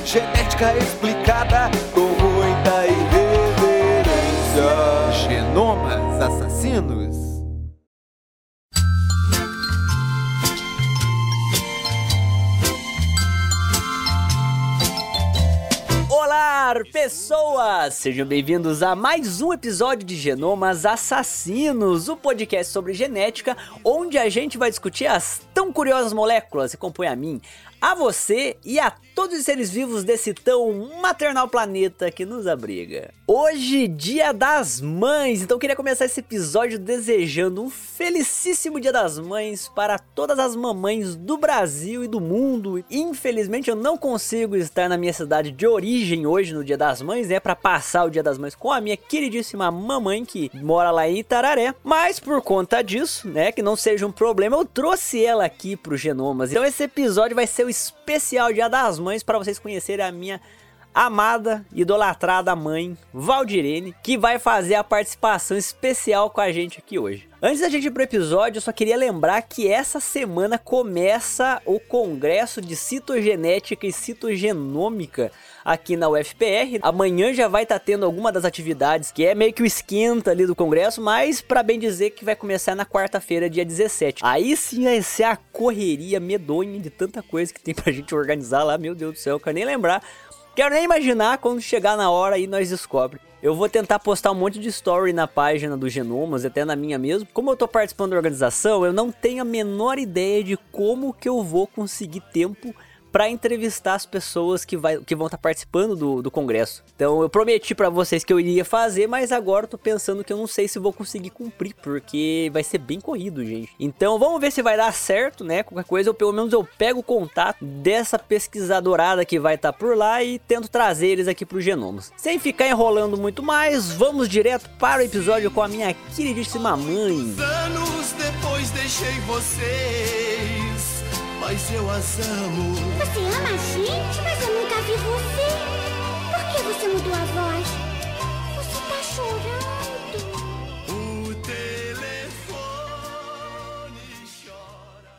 Genética explicada com muita irreverência. Genomas assassinos. Olá, pessoas! Sejam bem-vindos a mais um episódio de Genomas Assassinos, o podcast sobre genética, onde a gente vai discutir as tão curiosas moléculas que compõem a mim, a você e a todos os seres vivos desse tão maternal planeta que nos abriga. Hoje, Dia das Mães, então eu queria começar esse episódio desejando um felicíssimo Dia das Mães para todas as mamães do Brasil e do mundo. Infelizmente eu não consigo estar na minha cidade de origem hoje no Dia das Mães, né, para passar o Dia das Mães com a minha queridíssima mamãe que mora lá em Itararé, mas por conta disso, né, que não seja um problema, eu trouxe ela aqui pro Genomas. Então esse episódio vai ser o especial Dia das Mães para vocês conhecerem a minha amada, idolatrada mãe, Valdirene, que vai fazer a participação especial com a gente aqui hoje. Antes da gente ir pro episódio, eu só queria lembrar que essa semana começa o Congresso de Citogenética e Citogenômica aqui na UFPR. Amanhã já vai estar tendo alguma das atividades, que é meio que o esquenta ali do Congresso, mas para bem dizer que vai começar na quarta-feira, dia 17. Aí sim vai ser a correria medonha de tanta coisa que tem pra gente organizar lá, meu Deus do céu, eu quero nem lembrar. Quero nem imaginar quando chegar na hora aí nós descobre. Eu vou tentar postar um monte de story na página do Genomas, até na minha mesmo. Como eu tô participando da organização, eu não tenho a menor ideia de como que eu vou conseguir tempo para entrevistar as pessoas que vão estar participando do congresso. Então eu prometi para vocês que eu iria fazer, mas agora eu tô pensando que eu não sei se vou conseguir cumprir, porque vai ser bem corrido, gente. Então vamos ver se vai dar certo, né? Qualquer coisa, pelo menos eu pego o contato dessa pesquisadorada que vai estar por lá e tento trazer eles aqui pro Genomas. Sem ficar enrolando muito mais, vamos direto para o episódio com a minha queridíssima mãe. Anos depois deixei vocês, mas eu as amo. Você ama a gente? Mas eu nunca vi você. Por que você mudou a voz? Você tá chorando. O telefone chora.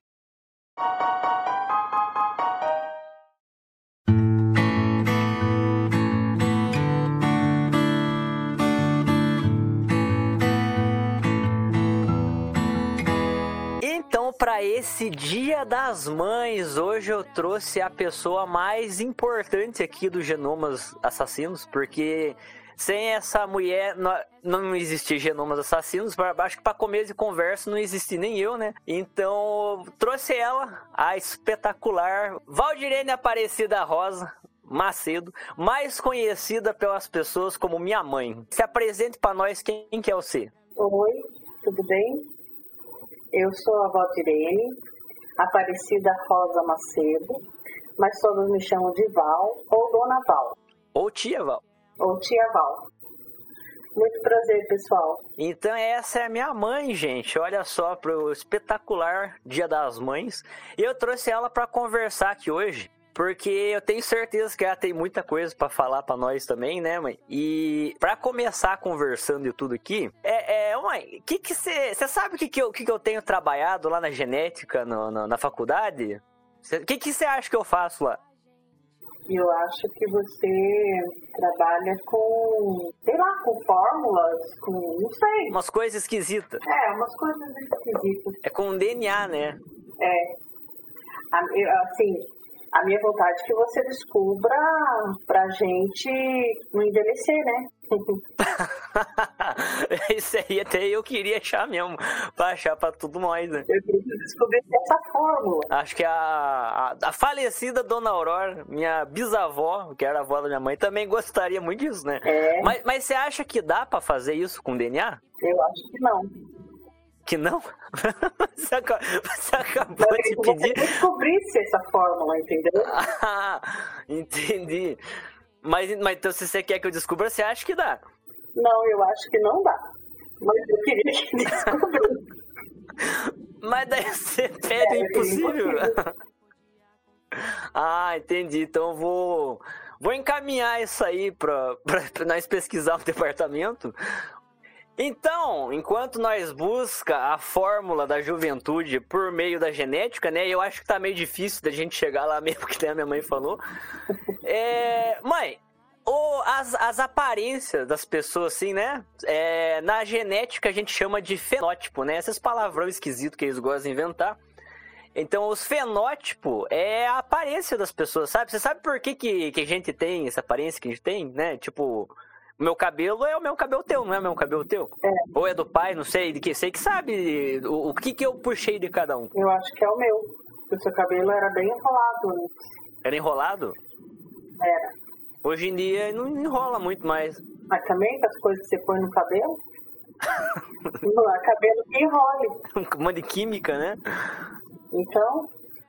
Então, para esse Dia das Mães, hoje eu trouxe a pessoa mais importante aqui do Genomas Assassinos, porque sem essa mulher não existia Genomas Assassinos. Acho que para começo de conversa não existe nem eu, né? Então, trouxe ela, a espetacular Valdirene Aparecida Rosa Macedo, mais conhecida pelas pessoas como minha mãe. Se apresente para nós, quem que é você? Oi, tudo bem? Eu sou a Valdirene Aparecida Rosa Macedo, mas todos me chamam de Val ou Dona Val. Ou tia Val. Ou Tia Val. Muito prazer, pessoal. Então essa é a minha mãe, gente. Olha só, pro espetacular Dia das Mães. E eu trouxe ela para conversar aqui hoje, porque eu tenho certeza que ela tem muita coisa para falar para nós também, né, mãe? E para começar conversando e tudo aqui, mãe, você sabe o que eu tenho trabalhado lá na genética, na faculdade? O que você acha que eu faço lá? Eu acho que você trabalha com, sei lá, com fórmulas, com, não sei. Umas coisas esquisitas. Umas coisas esquisitas. É com DNA, né? A minha vontade é que você descubra pra gente não envelhecer, né? Isso aí até eu queria achar mesmo, pra achar pra tudo nós, né? Eu preciso descobrir essa fórmula. Acho que a falecida Dona Aurora, minha bisavó, que era a avó da minha mãe, também gostaria muito disso, né? Mas você acha que dá pra fazer isso com DNA? Eu acho que não. Que não? Você acabou de pedir. Você descobrisse essa fórmula, entendeu? Entendi. Mas então, se você quer que eu descubra, você acha que dá? Não, eu acho que não dá. Mas eu queria que descobrisse. Mas daí você pede o impossível. Entendi. Então eu vou encaminhar isso aí pra nós pesquisar o departamento. Então, enquanto nós busca a fórmula da juventude por meio da genética, né? Eu acho que tá meio difícil da gente chegar lá mesmo, que a minha mãe falou. Mãe, as aparências das pessoas, assim, né? Na genética a gente chama de fenótipo, né? Esses palavrão esquisitos que eles gostam de inventar. Então, os fenótipos é a aparência das pessoas, sabe? Você sabe por que a gente tem essa aparência que a gente tem, né? Tipo, o meu cabelo é o mesmo cabelo teu, não é o mesmo cabelo teu? Ou é do pai, não sei, de que sei que sabe o que eu puxei de cada um. Eu acho que é o meu. O seu cabelo era bem enrolado antes. Era enrolado? Era. Hoje em dia não enrola muito mais. Mas também com as coisas que você põe no cabelo? Não é cabelo que enrole. Um monte de química, né? Então,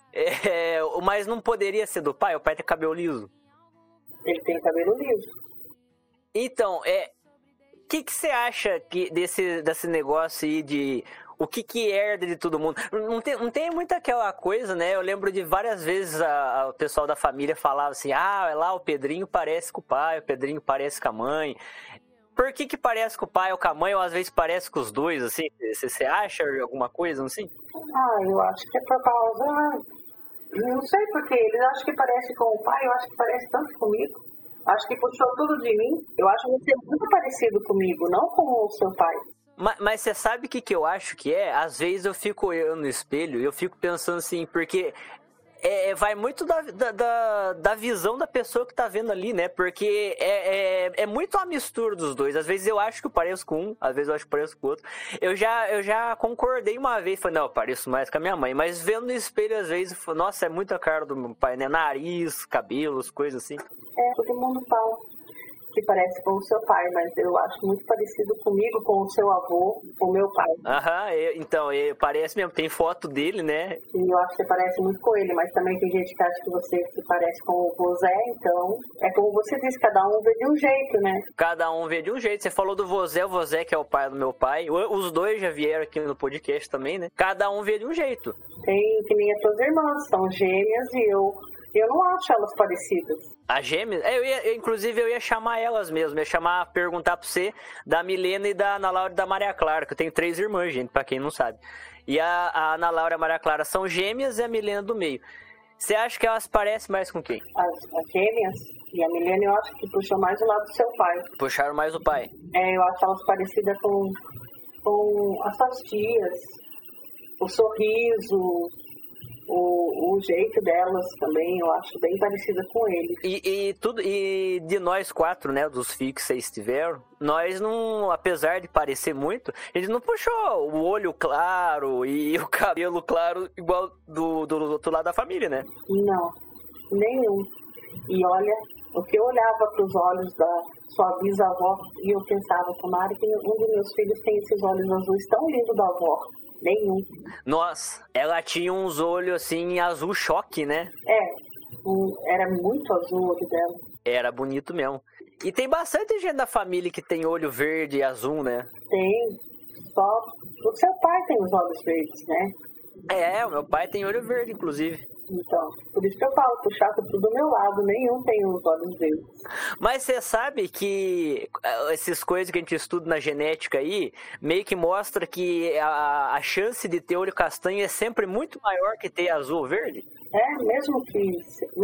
Mas não poderia ser do pai? O pai tem cabelo liso. ele tem cabelo liso. Então, o que você acha desse negócio aí de o que herda de todo mundo? Não tem muito aquela coisa, né? Eu lembro de várias vezes o pessoal da família falava assim, lá o Pedrinho parece com o pai, o Pedrinho parece com a mãe. Por que parece com o pai ou com a mãe, ou às vezes parece com os dois, assim? Você acha alguma coisa, assim? Eu acho que é por causa... Não sei porque eles acham que parece com o pai, eu acho que parece tanto comigo. Acho que puxou tudo de mim. Eu acho você muito parecido comigo, não com o seu pai. Mas você sabe o que eu acho que é? Às vezes eu fico olhando no espelho e eu fico pensando assim, porque... vai muito da visão da pessoa que tá vendo ali, né? Porque é muito a mistura dos dois. Às vezes eu acho que eu pareço com um, às vezes eu acho que eu pareço com o outro. Eu já concordei uma vez, falei, não, eu pareço mais com a minha mãe. Mas vendo no espelho, às vezes, eu falo, nossa, é muito a cara do meu pai, né? Nariz, cabelos, coisas assim. Todo mundo fala que parece com o seu pai, mas eu acho muito parecido comigo, com o seu avô, com o meu pai. Então, parece mesmo, tem foto dele, né? E eu acho que você parece muito com ele, mas também tem gente que acha que você se parece com o Vozé, então é como você disse, cada um vê de um jeito, né? Cada um vê de um jeito. Você falou do Vozé, o Vozé que é o pai do meu pai. Os dois já vieram aqui no podcast também, né? Cada um vê de um jeito. Tem que nem as suas irmãs, são gêmeas e eu não acho elas parecidas. As gêmeas? Inclusive eu ia chamar elas mesmo. Eu ia perguntar pra você da Milena e da Ana Laura e da Maria Clara, que eu tenho 3 irmãs, gente, pra quem não sabe. E a Ana Laura e a Maria Clara são gêmeas e a Milena do meio. Você acha que elas parecem mais com quem? As gêmeas e a Milena eu acho que puxou mais o lado do seu pai. Puxaram mais o pai? Eu acho elas parecidas com as suas tias. O sorriso... O jeito delas também, eu acho bem parecida com eles. E de nós 4, né, dos filhos que vocês tiveram, nós não, apesar de parecer muito, a gente não puxou o olho claro e o cabelo claro igual do outro lado da família, né? Não, nenhum. E olha, o que eu olhava para os olhos da sua bisavó e eu pensava, tomara que um dos meus filhos tem esses olhos azuis tão lindos da avó. Nenhum. Nossa, ela tinha uns olhos assim, azul choque, né? Era muito azul o olho dela. Era bonito mesmo. E tem bastante gente da família que tem olho verde e azul, né? Tem. Só o seu pai tem os olhos verdes, né? O meu pai tem olho verde, inclusive. Então, por isso que eu falo, puxar tudo do meu lado, nenhum tem os olhos verdes. Mas você sabe que essas coisas que a gente estuda na genética aí, meio que mostra que a chance de ter olho castanho é sempre muito maior que ter azul ou verde? Mesmo que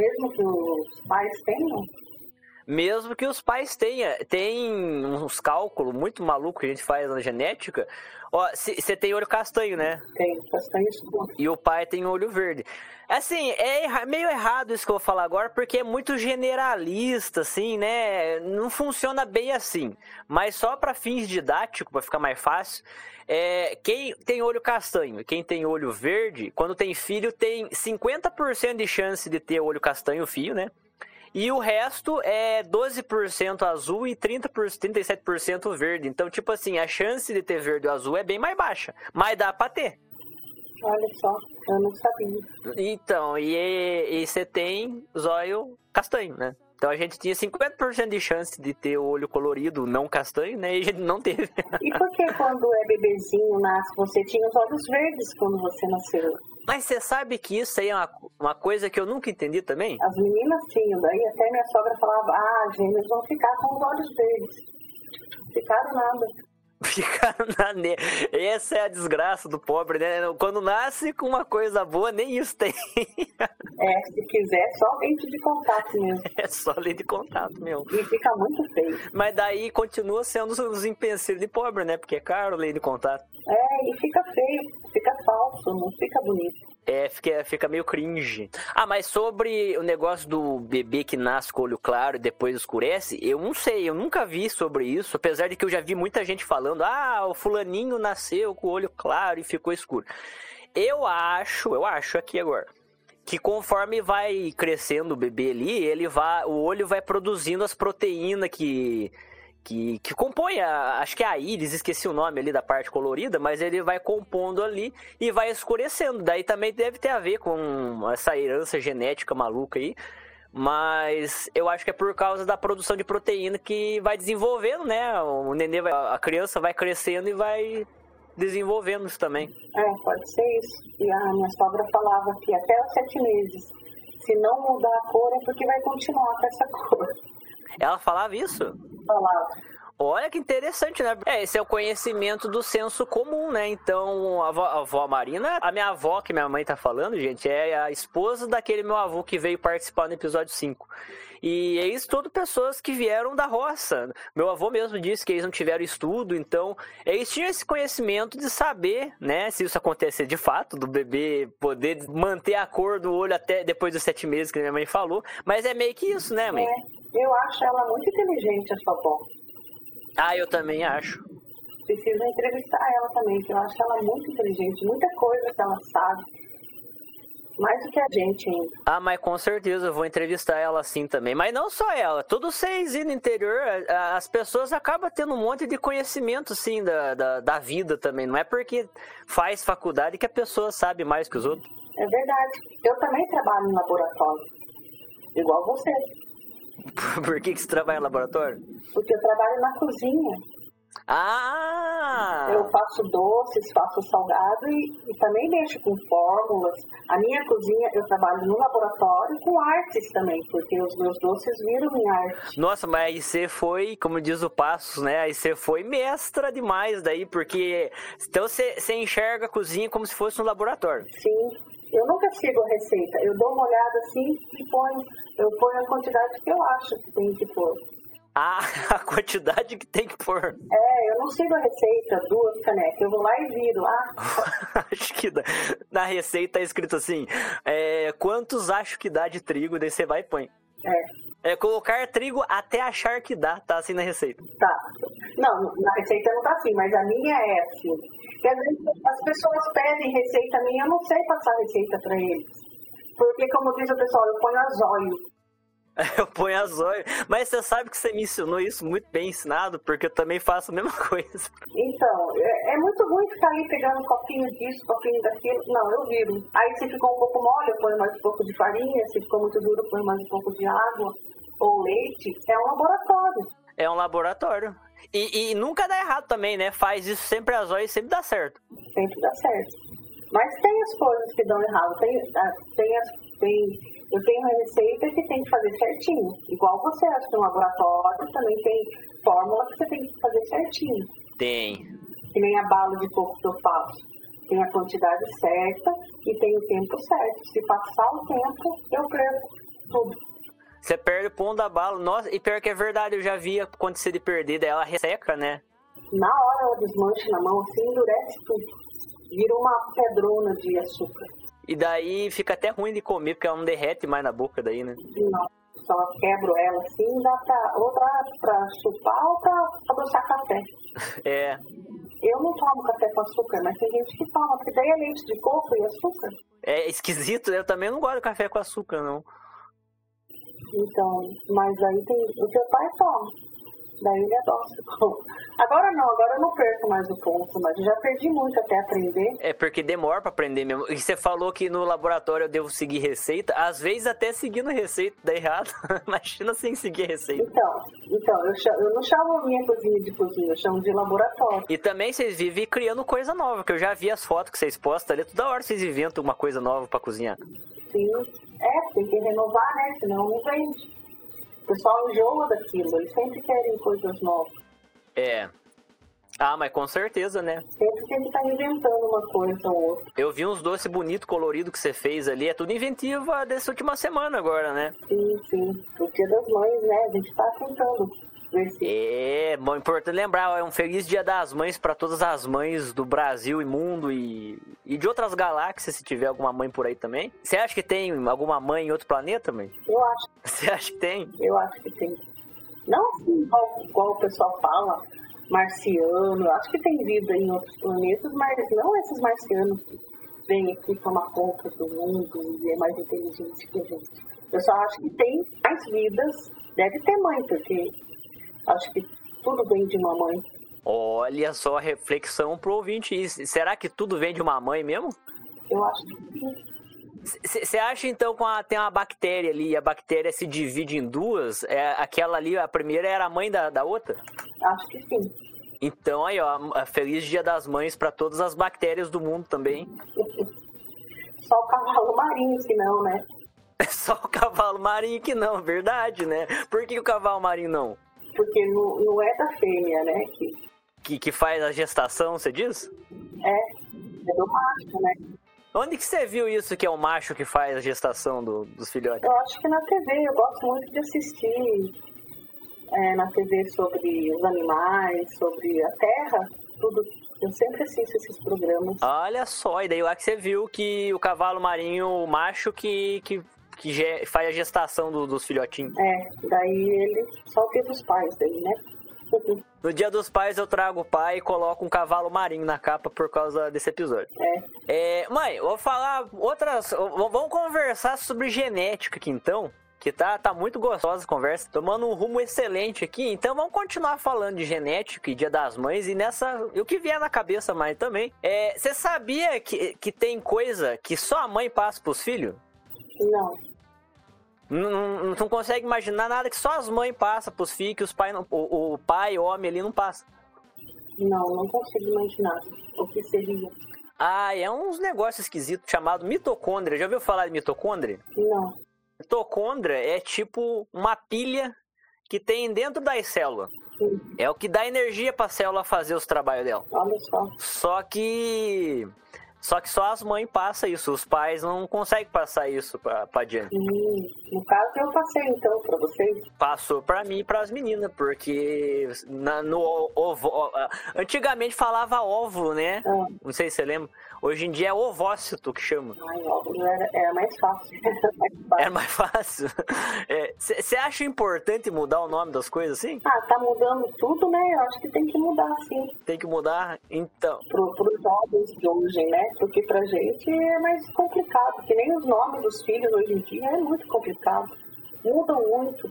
os pais tenham? Mesmo que os pais tenham. Tem uns cálculos muito malucos que a gente faz na genética. Ó, você tem olho castanho, né? Tem, castanho escuro. E o pai tem olho verde. Assim, é meio errado isso que eu vou falar agora, porque é muito generalista, assim, né? Não funciona bem assim. Mas só para fins didáticos, para ficar mais fácil, quem tem olho castanho e quem tem olho verde, quando tem filho, tem 50% de chance de ter olho castanho, o filho, né? E o resto é 12% azul e 37% verde. Então, tipo assim, a chance de ter verde ou azul é bem mais baixa. Mas dá pra ter. Olha só, eu não sabia. Então, e você tem zóio castanho, né? Então a gente tinha 50% de chance de ter o olho colorido, não castanho, né? E a gente não teve. E por que quando bebezinho nasce, você tinha os olhos verdes quando você nasceu? Mas você sabe que isso aí é uma coisa que eu nunca entendi também? As meninas tinham, daí até minha sogra falava, gêmeos vão ficar com os olhos verdes. Ficaram nada. Fica essa é a desgraça do pobre, né? Quando nasce com uma coisa boa, nem isso tem. Se quiser, só lente de contato mesmo. É só lente de contato mesmo. E fica muito feio. Mas daí continua sendo os empecilhos de pobre, né? Porque é caro lente de contato. E fica feio, fica falso, não fica bonito. Fica meio cringe. Mas sobre o negócio do bebê que nasce com o olho claro e depois escurece, eu não sei, eu nunca vi sobre isso, apesar de que eu já vi muita gente falando, o fulaninho nasceu com o olho claro e ficou escuro. Eu acho aqui agora, que conforme vai crescendo o bebê ali, o olho vai produzindo as proteínas que compõe, acho que é a íris, esqueci o nome ali da parte colorida, mas ele vai compondo ali e vai escurecendo. Daí também deve ter a ver com essa herança genética maluca aí, mas eu acho que é por causa da produção de proteína que vai desenvolvendo, né? A criança vai crescendo e vai desenvolvendo isso também. Pode ser isso. E a minha sogra falava que até os 7 meses, se não mudar a cor é porque vai continuar com essa cor. Ela falava isso? Falava. Olha que interessante, né? Esse é o conhecimento do senso comum, né? Então, a avó Marina, a minha avó, que minha mãe tá falando, gente, é a esposa daquele meu avô que veio participar no episódio 5. E eles todas pessoas que vieram da roça. Meu avô mesmo disse que eles não tiveram estudo, então eles tinham esse conhecimento de saber, né, se isso acontecer de fato, do bebê poder manter a cor do olho até depois dos 7 meses, que minha mãe falou. Mas é meio que isso, né, mãe? Eu acho ela muito inteligente, a sua avó. Eu também acho. Preciso entrevistar ela também, que eu acho ela muito inteligente, muita coisa que ela sabe. Mais do que a gente ainda. Mas com certeza eu vou entrevistar ela assim também. Mas não só ela, todos vocês aí no interior, as pessoas acabam tendo um monte de conhecimento, assim, da vida também. Não é porque faz faculdade que a pessoa sabe mais que os outros. É verdade. Eu também trabalho em laboratório, igual você. Por que você trabalha em laboratório? Porque eu trabalho na cozinha. Eu faço doces, faço salgado e também mexo com fórmulas. A minha cozinha, eu trabalho no laboratório com artes também, porque os meus doces viram em arte. Nossa, mas aí você foi, como diz o Passos, né? Aí você foi mestra demais daí, porque então você enxerga a cozinha como se fosse um laboratório. Sim, eu nunca sigo a receita. Eu dou uma olhada assim e eu ponho a quantidade que eu acho que tem que pôr. A quantidade que tem que pôr. Eu não sigo a receita, 2 canecas. Eu vou lá e viro. Acho que na receita tá escrito assim, quantos acho que dá de trigo, daí você vai e põe. Colocar trigo até achar que dá, tá assim na receita. Tá. Não, na receita não tá assim, mas a minha é assim. Porque às vezes as pessoas pedem receita minha, eu não sei passar receita pra eles. Porque, como diz o pessoal, eu ponho a zóio. Eu ponho as olhos. Mas você sabe que você me ensinou isso muito bem ensinado, porque eu também faço a mesma coisa. Então, é muito ruim ficar ali pegando um copinho disso, copinho daquilo. Não, eu viro. Aí se ficou um pouco mole, eu ponho mais um pouco de farinha. Se ficou muito duro, eu ponho mais um pouco de água ou leite. É um laboratório. É um laboratório. E nunca dá errado também, né? Faz isso sempre às olhos e sempre dá certo. Sempre dá certo. Mas tem as coisas que dão errado. Eu tenho uma receita que tem que fazer certinho. Igual você, acho que no laboratório também tem fórmula que você tem que fazer certinho. Tem. Que nem a bala de coco que eu faço. Tem a quantidade certa e tem o tempo certo. Se passar o tempo, eu perco tudo. Você perde o pão da bala. Nossa, e pior que é verdade, eu já vi acontecer de perder, daí ela resseca, né? Na hora ela desmancha na mão, assim, endurece tudo. Vira uma pedrona de açúcar. E daí fica até ruim de comer, porque ela não derrete mais na boca daí, né? Não, só quebro ela assim, dá pra chupar ou pra adoçar café. Eu não tomo café com açúcar, mas tem gente que toma, porque daí é leite de coco e açúcar. É esquisito, eu também não gosto de café com açúcar, não. Então, mas aí o teu pai toma. Daí ele adoça. Agora eu não perco mais o ponto, mas eu já perdi muito até aprender. É porque demora pra aprender mesmo. E você falou que no laboratório eu devo seguir receita, às vezes até seguindo receita dá errado. Imagina sem seguir receita. Então eu não chamo a minha cozinha de cozinha, eu chamo de laboratório. E também vocês vivem criando coisa nova, que eu já vi as fotos que vocês postam ali, toda hora vocês inventam uma coisa nova pra cozinhar. Sim, tem que renovar, né? Senão não vende. O pessoal enjoa daquilo, eles sempre querem coisas novas. Ah, mas com certeza, né? Sempre tem que estar inventando uma coisa ou outra. Eu vi uns doces bonitos, coloridos que você fez ali. É tudo inventiva dessa última semana agora, né? Sim. O Dia das Mães, né? A gente tá tentando ver se... É, bom, importante lembrar, é um feliz Dia das Mães para todas as mães do Brasil e mundo e de outras galáxias, se tiver alguma mãe por aí também. Você acha que tem alguma mãe em outro planeta, mãe? Eu acho, Você acha que tem? eu acho que tem. Não assim, igual o pessoal fala, marciano. Eu acho que tem vida em outros planetas, mas não esses marcianos que vêm aqui tomar conta do mundo e é mais inteligente que a gente. Eu só acho que tem mais vidas. Deve ter mãe, porque acho que tudo vem de uma mãe. Olha só a reflexão pro ouvinte. E será que tudo vem de uma mãe mesmo? Eu acho que sim. Você acha então que tem uma bactéria ali e a bactéria se divide em duas? Aquela ali, a primeira era a mãe da outra? Acho que sim. Então aí, ó, feliz Dia das Mães para todas as bactérias do mundo também. Só o cavalo marinho que não, né? Só o cavalo marinho que não, verdade, né? Por que o cavalo marinho não? Porque não é da fêmea, né? Que faz a gestação, você diz? É do macho, né? Onde que você viu isso que é o macho que faz a gestação dos filhotes? Eu acho que na TV, eu gosto muito de assistir na TV sobre os animais, sobre a terra, tudo. Eu sempre assisto esses programas. Olha só, e daí lá que você viu que o cavalo marinho, o macho que faz a gestação dos filhotinhos. Daí ele só teve os pais daí, né? No Dia dos Pais eu trago o pai e coloco um cavalo marinho na capa por causa desse episódio. Mãe, eu vou falar outras... Vamos conversar sobre genética aqui então, que tá muito gostosa a conversa, tomando um rumo excelente aqui. Então vamos continuar falando de genética e Dia das Mães e o que vier na cabeça mais também. Você sabia que tem coisa que só a mãe passa pros filhos? Não. Não consegue imaginar nada que só as mães passam pros filhos, que os pais não, o pai, o homem ali não passa. Não consigo imaginar o que seria. É uns negócios esquisitos chamados mitocôndria. Já ouviu falar de mitocôndria? Não. Mitocôndria é tipo uma pilha que tem dentro das células. Sim. É o que dá energia pra célula fazer os trabalhos dela. Olha só. Só que só as mães passam isso, os pais não conseguem passar isso pra adiante. No caso eu passei então pra vocês. Passou pra mim e pras meninas, porque antigamente falava óvulo, né? Não sei se você lembra. Hoje em dia é ovócito que chama. Óvulo era mais fácil. Era mais fácil. Você acha importante mudar o nome das coisas assim? Tá mudando tudo, né? Eu acho que tem que mudar, sim. Tem que mudar, então. Pros jovens de hoje, né? Porque pra gente é mais complicado. Que nem os nomes dos filhos hoje em dia é muito complicado. Mudam muito.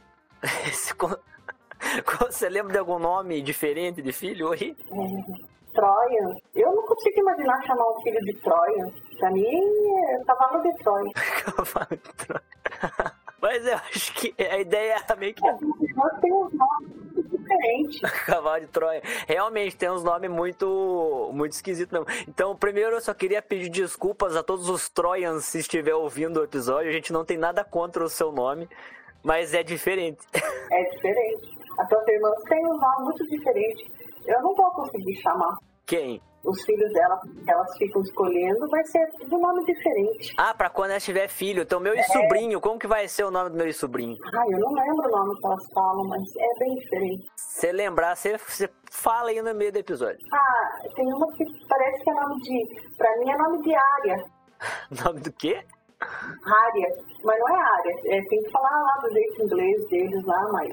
Você lembra de algum nome diferente de filho aí? Troia. Eu não consigo imaginar chamar um filho de Troia. Pra mim é cavalo de Troia. Cavalo de Troia. Mas eu acho que a ideia é meio que... Nós temos nomes diferentes. Cavalo de Troia. Realmente tem uns nomes muito esquisitos, não. Então, primeiro eu só queria pedir desculpas a todos os Troians se estiver ouvindo o episódio. A gente não tem nada contra o seu nome, mas é diferente. É diferente. As tuas irmãs têm um nome muito diferente. Eu não vou conseguir chamar. Quem? Os filhos dela, que elas ficam escolhendo, vai ser de um nome diferente. Pra quando ela tiver filho. Então, meu sobrinho, como que vai ser o nome do meu sobrinho? Eu não lembro o nome que elas falam, mas é bem diferente. Se lembrar, você fala aí no meio do episódio. Tem uma que parece que é nome de... Pra mim é nome de área. Nome do quê? Área, mas não é área, tem que falar lá do jeito inglês deles lá, mas...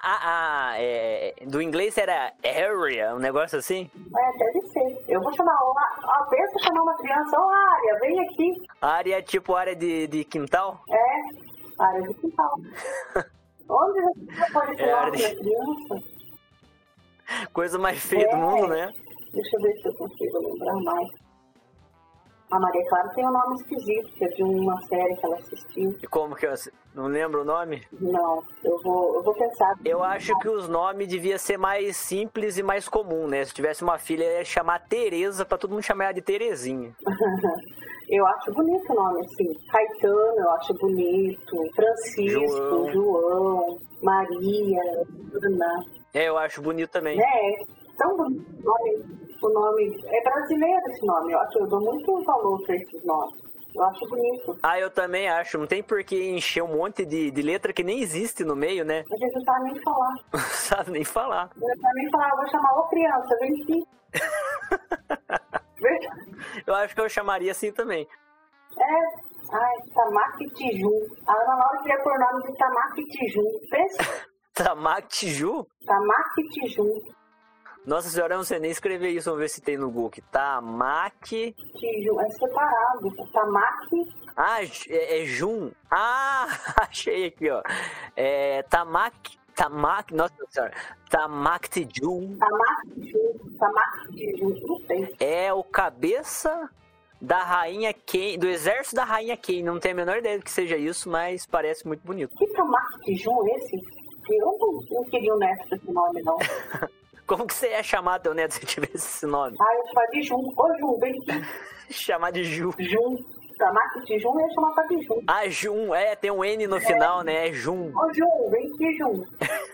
Do inglês era area, um negócio assim? Deve ser. Eu vou chamar pensa chamar uma criança, área, vem aqui. Área é tipo área de quintal? Área de quintal. Onde você pode ter nome da criança? Coisa mais feia do mundo, né? Deixa eu ver se eu consigo lembrar mais. A Maria Clara tem um nome esquisito, que é de uma série que ela assistiu. E como que eu não lembro o nome? Não, eu vou pensar. Eu acho que os nomes deviam ser mais simples e mais comum, né? Se tivesse uma filha, ia chamar Tereza, pra todo mundo chamar ela de Terezinha. Eu acho bonito o nome, assim. Caetano, eu acho bonito. Francisco, João Maria, Ana. Eu acho bonito também. tão bonito o nome. É brasileiro esse nome, eu dou muito valor pra esses nomes. Eu acho bonito. Ah, eu também acho. Não tem por que encher um monte de letra que nem existe no meio, né? A gente não sabe nem falar. Não sabe nem falar. Eu não sabe nem falar, eu vou chamar ô criança, vem aqui. Verdade. Eu acho que eu chamaria assim também. Tamaki Tijum. A Ana Laura queria pôr o nome de Tamaki Tijum. Pensa? Tamaki Tiju? Tamaki Tijum. Nossa senhora, eu não sei nem escrever isso, vamos ver se tem no Google. Tamaki... Tijum, é separado. Tamaki... Ah, é Jun. Ah, achei aqui, ó. É Tamaki, nossa senhora. Tamaki Tijun. Tamaki Tijum, não sei. É o cabeça da rainha Ken, do exército da rainha Ken. Não tenho a menor ideia do que seja isso, mas parece muito bonito. Que Tamaki Tijum é esse? Eu não queria um neto com esse nome, não. Como que você ia chamar teu neto se tivesse esse nome? Ah, eu chamar de Jun. Ô, Jun, vem aqui. Chamar de Ju. Jun. Tamaki Tijum, eu ia chamar pra de Jun. Ah, Jun. Tem um N no final, né? É Jun. Ô, Jun, vem aqui, Jun.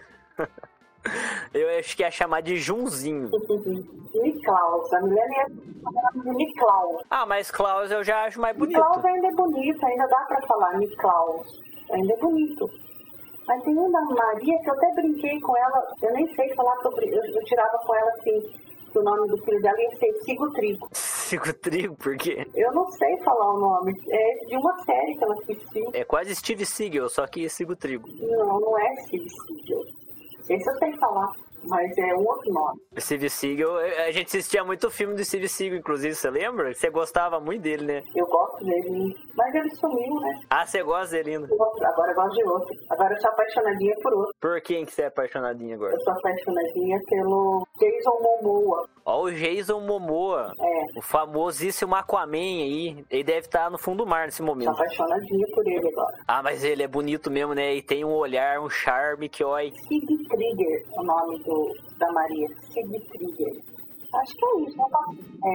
Eu acho que ia chamar de Junzinho. Niklaus. A Milena ia chamar de Niklaus. Ah, mas Klaus eu já acho mais bonito. Niklaus ainda é bonito, ainda dá pra falar Niklaus. Ainda é bonito. Mas tem uma da Maria que eu até brinquei com ela, eu nem sei falar sobre. Eu tirava com ela assim, que o nome do filho dela ia ser Sigo Trigo. Sigo Trigo, por quê? Eu não sei falar o nome. É de uma série que ela assistiu. É quase Steve Seagal, só que Sigo Trigo. Não é Steve Seagal. Esse eu sei falar, mas é um outro nome. Steve Seagal, a gente assistia muito filme do Steve Seagal, inclusive, você lembra? Você gostava muito dele, né? Eu gosto dele, mas ele sumiu, né? Ah, você gosta dele ainda? Agora eu gosto de outro. Agora eu sou apaixonadinha por outro. Por quem que você é apaixonadinha agora? Eu sou apaixonadinha pelo Jason Momoa. Ó, o Jason Momoa. É. O famosíssimo Aquaman aí. Ele deve estar no fundo do mar nesse Sou momento. apaixonadinha por ele agora. Ah, mas ele é bonito mesmo, né? E tem um olhar, um charme que, ó... Sig Trigger, o nome da Maria. Sig Trigger. Acho que é isso, não tá?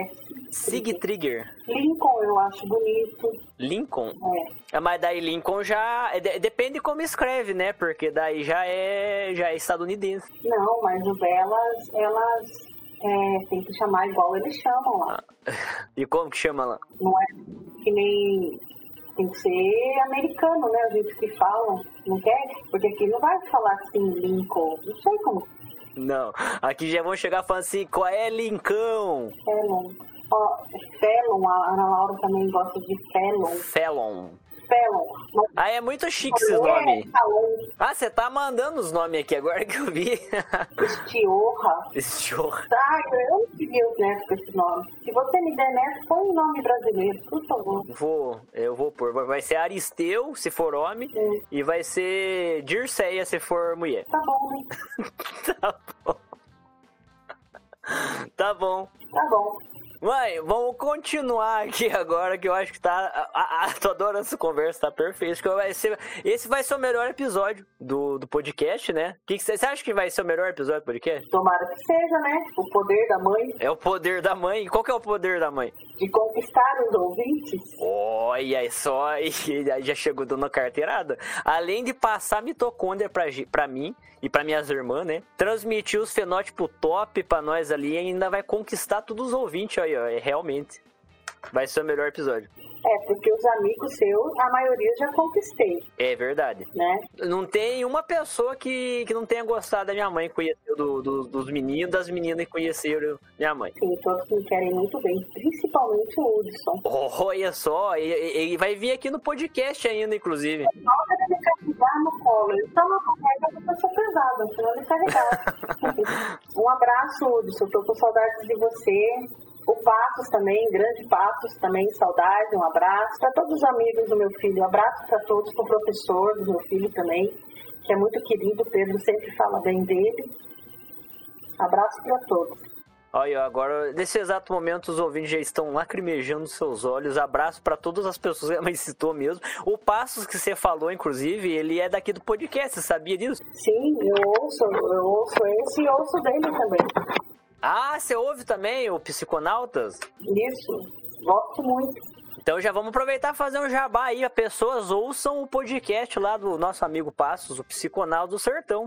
Sig Trigger. Lincoln eu acho bonito. Lincoln? É. Mas daí Lincoln já... Depende como escreve, né? Porque daí já é estadunidense. Não, mas o elas tem que chamar igual eles chamam lá. E como que chama lá? Não é que nem... Tem que ser americano, né? O jeito que falam. Não quer? Porque aqui não vai falar assim, Lincoln. Não sei como. Não. Aqui já vão chegar falando assim, qual é Lincoln? Felon. Ó, Felon, a Ana Laura também gosta de Felon. Felon. Felon. Ah, é muito chique esses nomes. Ah, você tá mandando os nomes aqui agora que eu vi. Estiorra. Estiorra. Ah, eu não queria os netos com esse nome. Se você me der neto, põe um nome brasileiro, por favor. Eu vou pôr. Vai ser Aristeu, se for homem, e vai ser Dirceia, se for mulher. Tá bom, né? Tá bom. Tá bom. Tá bom. Mãe, vamos continuar aqui agora, que eu acho que tá... tô adorando essa conversa, tá perfeito. Acho que esse vai ser o melhor episódio do podcast, né? Você acha que vai ser o melhor episódio do podcast? Tomara que seja, né? O poder da mãe. É o poder da mãe. Qual que é o poder da mãe? De conquistar os ouvintes. Olha só, aí já chegou dando carteirada. Além de passar mitocôndria pra mim e pra minhas irmãs, né? Transmitir os fenótipos top pra nós ali e ainda vai conquistar todos os ouvintes aí, ó. Realmente. Vai ser o melhor episódio. Porque os amigos seus, a maioria já conquistei. É verdade. Né? Não tem uma pessoa que não tenha gostado da minha mãe, conheceu dos meninos, das meninas que conheceram minha mãe. Sim, todos me querem muito bem, principalmente o Hudson. Olha só, ele vai vir aqui no podcast ainda, inclusive. Nossa, ele carregar no colo. Ele só não carrega porque eu sou pesada, senão ele carregar. Um abraço, Hudson. Tô com saudades de você. O Passos também, grande Passos também, saudade, um abraço. Para todos os amigos do meu filho, um abraço para todos, para o professor do meu filho também, que é muito querido, o Pedro sempre fala bem dele. Abraço para todos. Olha, agora, nesse exato momento, os ouvintes já estão lacrimejando seus olhos. Abraço para todas as pessoas que a mãe citou mesmo. O Passos que você falou, inclusive, ele é daqui do podcast, você sabia disso? Sim, eu ouço esse e ouço dele também. Ah, você ouve também o Psiconautas? Isso, gosto muito. Então já vamos aproveitar e fazer um jabá aí. As pessoas ouçam o podcast lá do nosso amigo Passos, o Psiconautas do Sertão.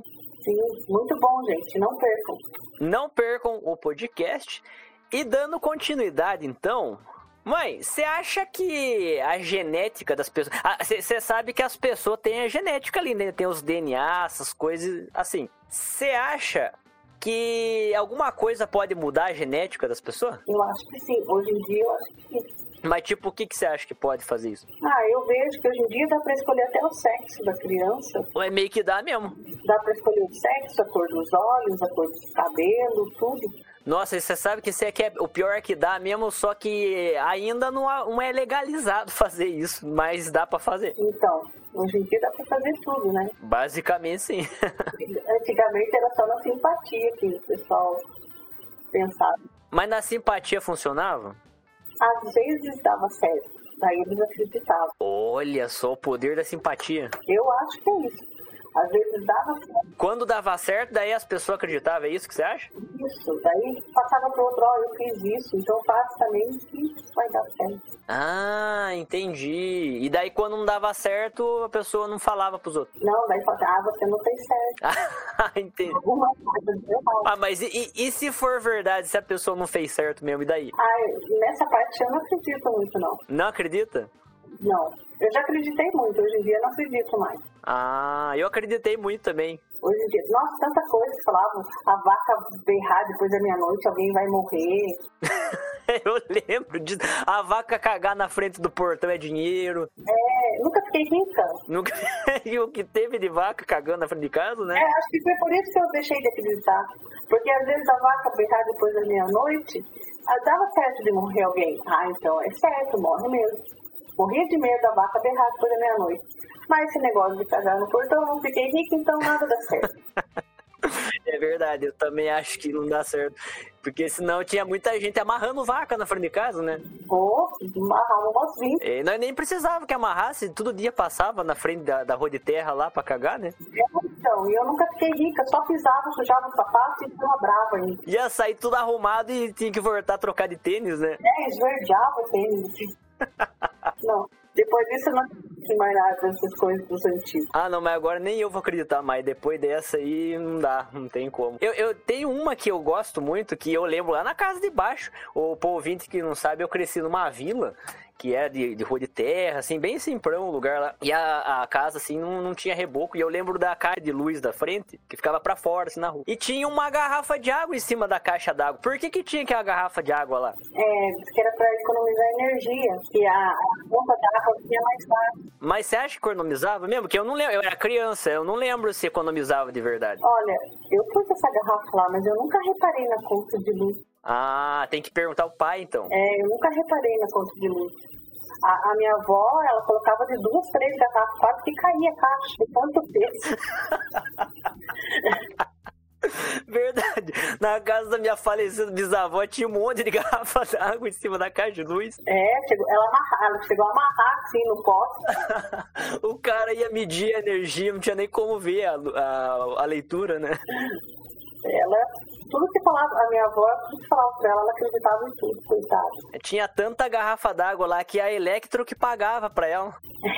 Sim, muito bom, gente. Não percam. Não percam o podcast. E dando continuidade, então... Mãe, você acha que a genética das pessoas... Você sabe que as pessoas têm a genética ali, né? Tem os DNA, essas coisas assim. Você acha que alguma coisa pode mudar a genética das pessoas? Eu acho que sim. Hoje em dia, eu acho que sim. Mas tipo, o que você acha que pode fazer isso? Eu vejo que hoje em dia dá pra escolher até o sexo da criança. É meio que dá mesmo. Dá pra escolher o sexo, a cor dos olhos, a cor do cabelo, tudo. Nossa, e você sabe que o pior é que dá mesmo, só que ainda não é legalizado fazer isso, mas dá pra fazer. Então, hoje em dia dá pra fazer tudo, né? Basicamente, sim. Antigamente era só na simpatia que o pessoal pensava. Mas na simpatia funcionava? Às vezes dava certo, daí eles acreditavam. Olha só o poder da simpatia. Eu acho que é isso. Às vezes dava certo. Quando dava certo, daí as pessoas acreditavam, é isso que você acha? Isso, daí passava pro outro, eu fiz isso, então faço também que vai dar certo. Ah, entendi. E daí quando não dava certo, a pessoa não falava pros outros. Não, daí falava, você não fez certo. Ah, entendi. Alguma coisa deu mal. Mas e se for verdade, se a pessoa não fez certo mesmo, e daí? Nessa parte eu não acredito muito, não. Não acredita? Não. Eu já acreditei muito, hoje em dia eu não acredito mais. Eu acreditei muito também. Hoje em dia, nossa, tanta coisa que falavam, a vaca berrar depois da meia-noite, alguém vai morrer. Eu lembro disso. A vaca cagar na frente do portão é dinheiro. Nunca fiquei rica. Nunca. E o que teve de vaca cagando na frente de casa, né? Acho que foi por isso que eu deixei de acreditar. Porque às vezes a vaca berrar depois da meia-noite, dava certo de morrer alguém. Então é certo, morre mesmo. Morria de medo da vaca berrar depois da meia-noite. Mas esse negócio de cagar no portão, eu não fiquei rica, então nada dá certo. É verdade, eu também acho que não dá certo. Porque senão tinha muita gente amarrando vaca na frente de casa, né? Amarrava umas 20. E nós nem precisava que amarrasse, todo dia passava na frente da rua de terra lá pra cagar, né? Então, e eu nunca fiquei rica, só pisava, sujava o sapato e ficava brava ainda. Ia sair tudo arrumado e tinha que voltar a trocar de tênis, né? Esverdeava o tênis. Não, depois disso eu não acredito mais nada dessas coisas dos antigos. Não, mas agora nem eu vou acreditar mais. Depois dessa aí não dá, não tem como. Eu tenho uma que eu gosto muito, que eu lembro lá na casa de baixo. O ouvinte que não sabe, eu cresci numa vila que era de rua de terra, assim, bem simprão o lugar lá. E a casa, assim, não tinha reboco. E eu lembro da caixa de luz da frente, que ficava pra fora, assim, na rua. E tinha uma garrafa de água em cima da caixa d'água. Por que tinha aquela garrafa de água lá? Que era pra economizar energia, que a bomba d'água tinha mais fácil. Mas você acha que economizava mesmo? Que eu não lembro, eu era criança, eu não lembro se economizava de verdade. Olha, eu pus essa garrafa lá, mas eu nunca reparei na conta de luz. Tem que perguntar ao pai, então. Eu nunca reparei na conta de luz. A minha avó, ela colocava de 2, 3 garrafas, quase que caía a caixa, de tanto peso. Verdade. Na casa da minha falecida bisavó tinha um monte de garrafa d'água em cima da caixa de luz. Ela chegou a amarrar assim no poste. O cara ia medir a energia, não tinha nem como ver a leitura, né? Tudo que falava, a minha avó, tudo que falava pra ela acreditava em tudo, coitada. Tinha tanta garrafa d'água lá que a Electro que pagava pra ela.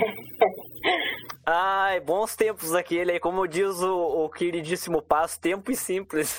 Bons tempos aquele aí, como diz o queridíssimo Passo, tempo e simples.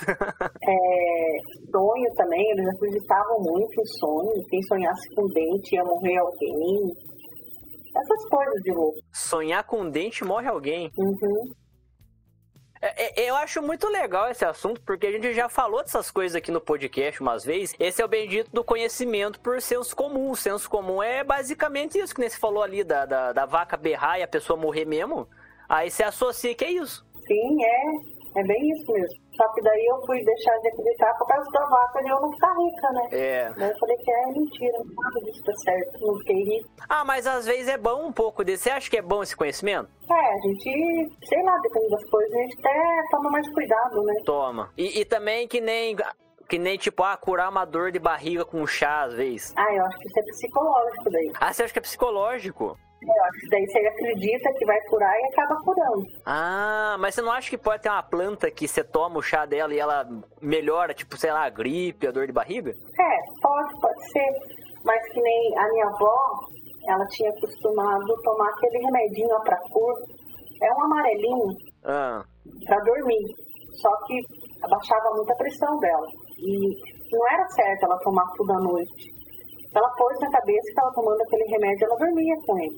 Sonho também, eles acreditavam muito em sonho, quem sonhasse com dente ia morrer alguém. Essas coisas de louco. Sonhar com dente morre alguém. Uhum. Eu acho muito legal esse assunto, porque a gente já falou dessas coisas aqui no podcast umas vezes. Esse é o bendito do conhecimento por senso comum. O senso comum é basicamente isso que você falou ali, da vaca berrar e a pessoa morrer mesmo. Aí você associa que é isso. Sim, é bem isso mesmo. Só que daí eu fui deixar de acreditar por causa da vaca e eu não ficar rica, né? Daí eu falei que é mentira, nada disso tá certo, não fiquei rica. Mas às vezes é bom um pouco desse. Você acha que é bom esse conhecimento? A gente, sei lá, dependendo das coisas, a gente até toma mais cuidado, né? Toma. E também que nem tipo, curar uma dor de barriga com chá, às vezes. Eu acho que isso é psicológico daí. Você acha que é psicológico? Eu acho que daí você acredita que vai curar e acaba curando. Mas você não acha que pode ter uma planta que você toma o chá dela e ela melhora, tipo, sei lá, a gripe, a dor de barriga? Pode ser. Mas que nem a minha avó, ela tinha acostumado tomar aquele remedinho pra cor. É um amarelinho pra dormir. Só que abaixava muito a pressão dela. E não era certo ela tomar tudo à noite. Ela pôs na cabeça que ela tomando aquele remédio, ela dormia com ele.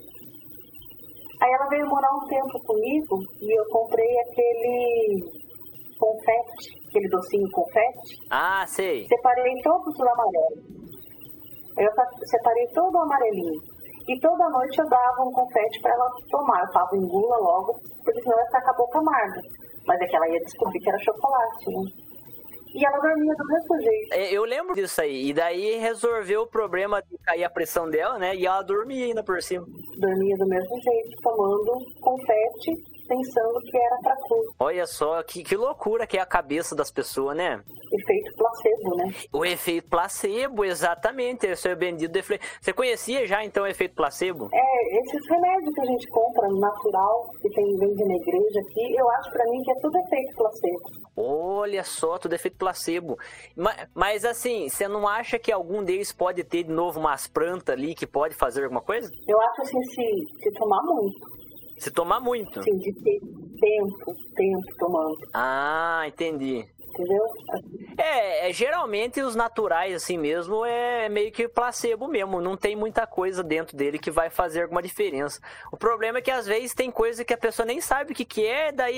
Aí ela veio morar um tempo comigo e eu comprei aquele confete, aquele docinho confete. Ah, sei. Separei todos os amarelos. Eu separei todo o amarelinho. E toda noite eu dava um confete para ela tomar. Eu falava, engula logo, porque senão ela ia ficar com a boca amarga. Mas é que ela ia descobrir que era chocolate, né? E ela dormia do mesmo jeito. Eu lembro disso aí. E daí resolveu o problema de cair a pressão dela, né? E ela dormia ainda por cima. Dormia do mesmo jeito, tomando confete, pensando que era pra tudo. Olha só, que loucura que é a cabeça das pessoas, né? Efeito placebo, né? O efeito placebo, exatamente. Esse é o bendito efeito. Você conhecia já, então, o efeito placebo? Esses remédios que a gente compra natural, que vende na igreja aqui, eu acho pra mim que é tudo efeito placebo. Olha só, tudo efeito placebo. Mas assim, você não acha que algum deles pode ter de novo umas plantas ali que pode fazer alguma coisa? Eu acho assim, se tomar muito. Se tomar muito? Sim, de ter tempo tomando. Ah, entendi. Entendeu? Geralmente os naturais assim mesmo é meio que placebo mesmo, não tem muita coisa dentro dele que vai fazer alguma diferença. O problema é que às vezes tem coisa que a pessoa nem sabe o que é, daí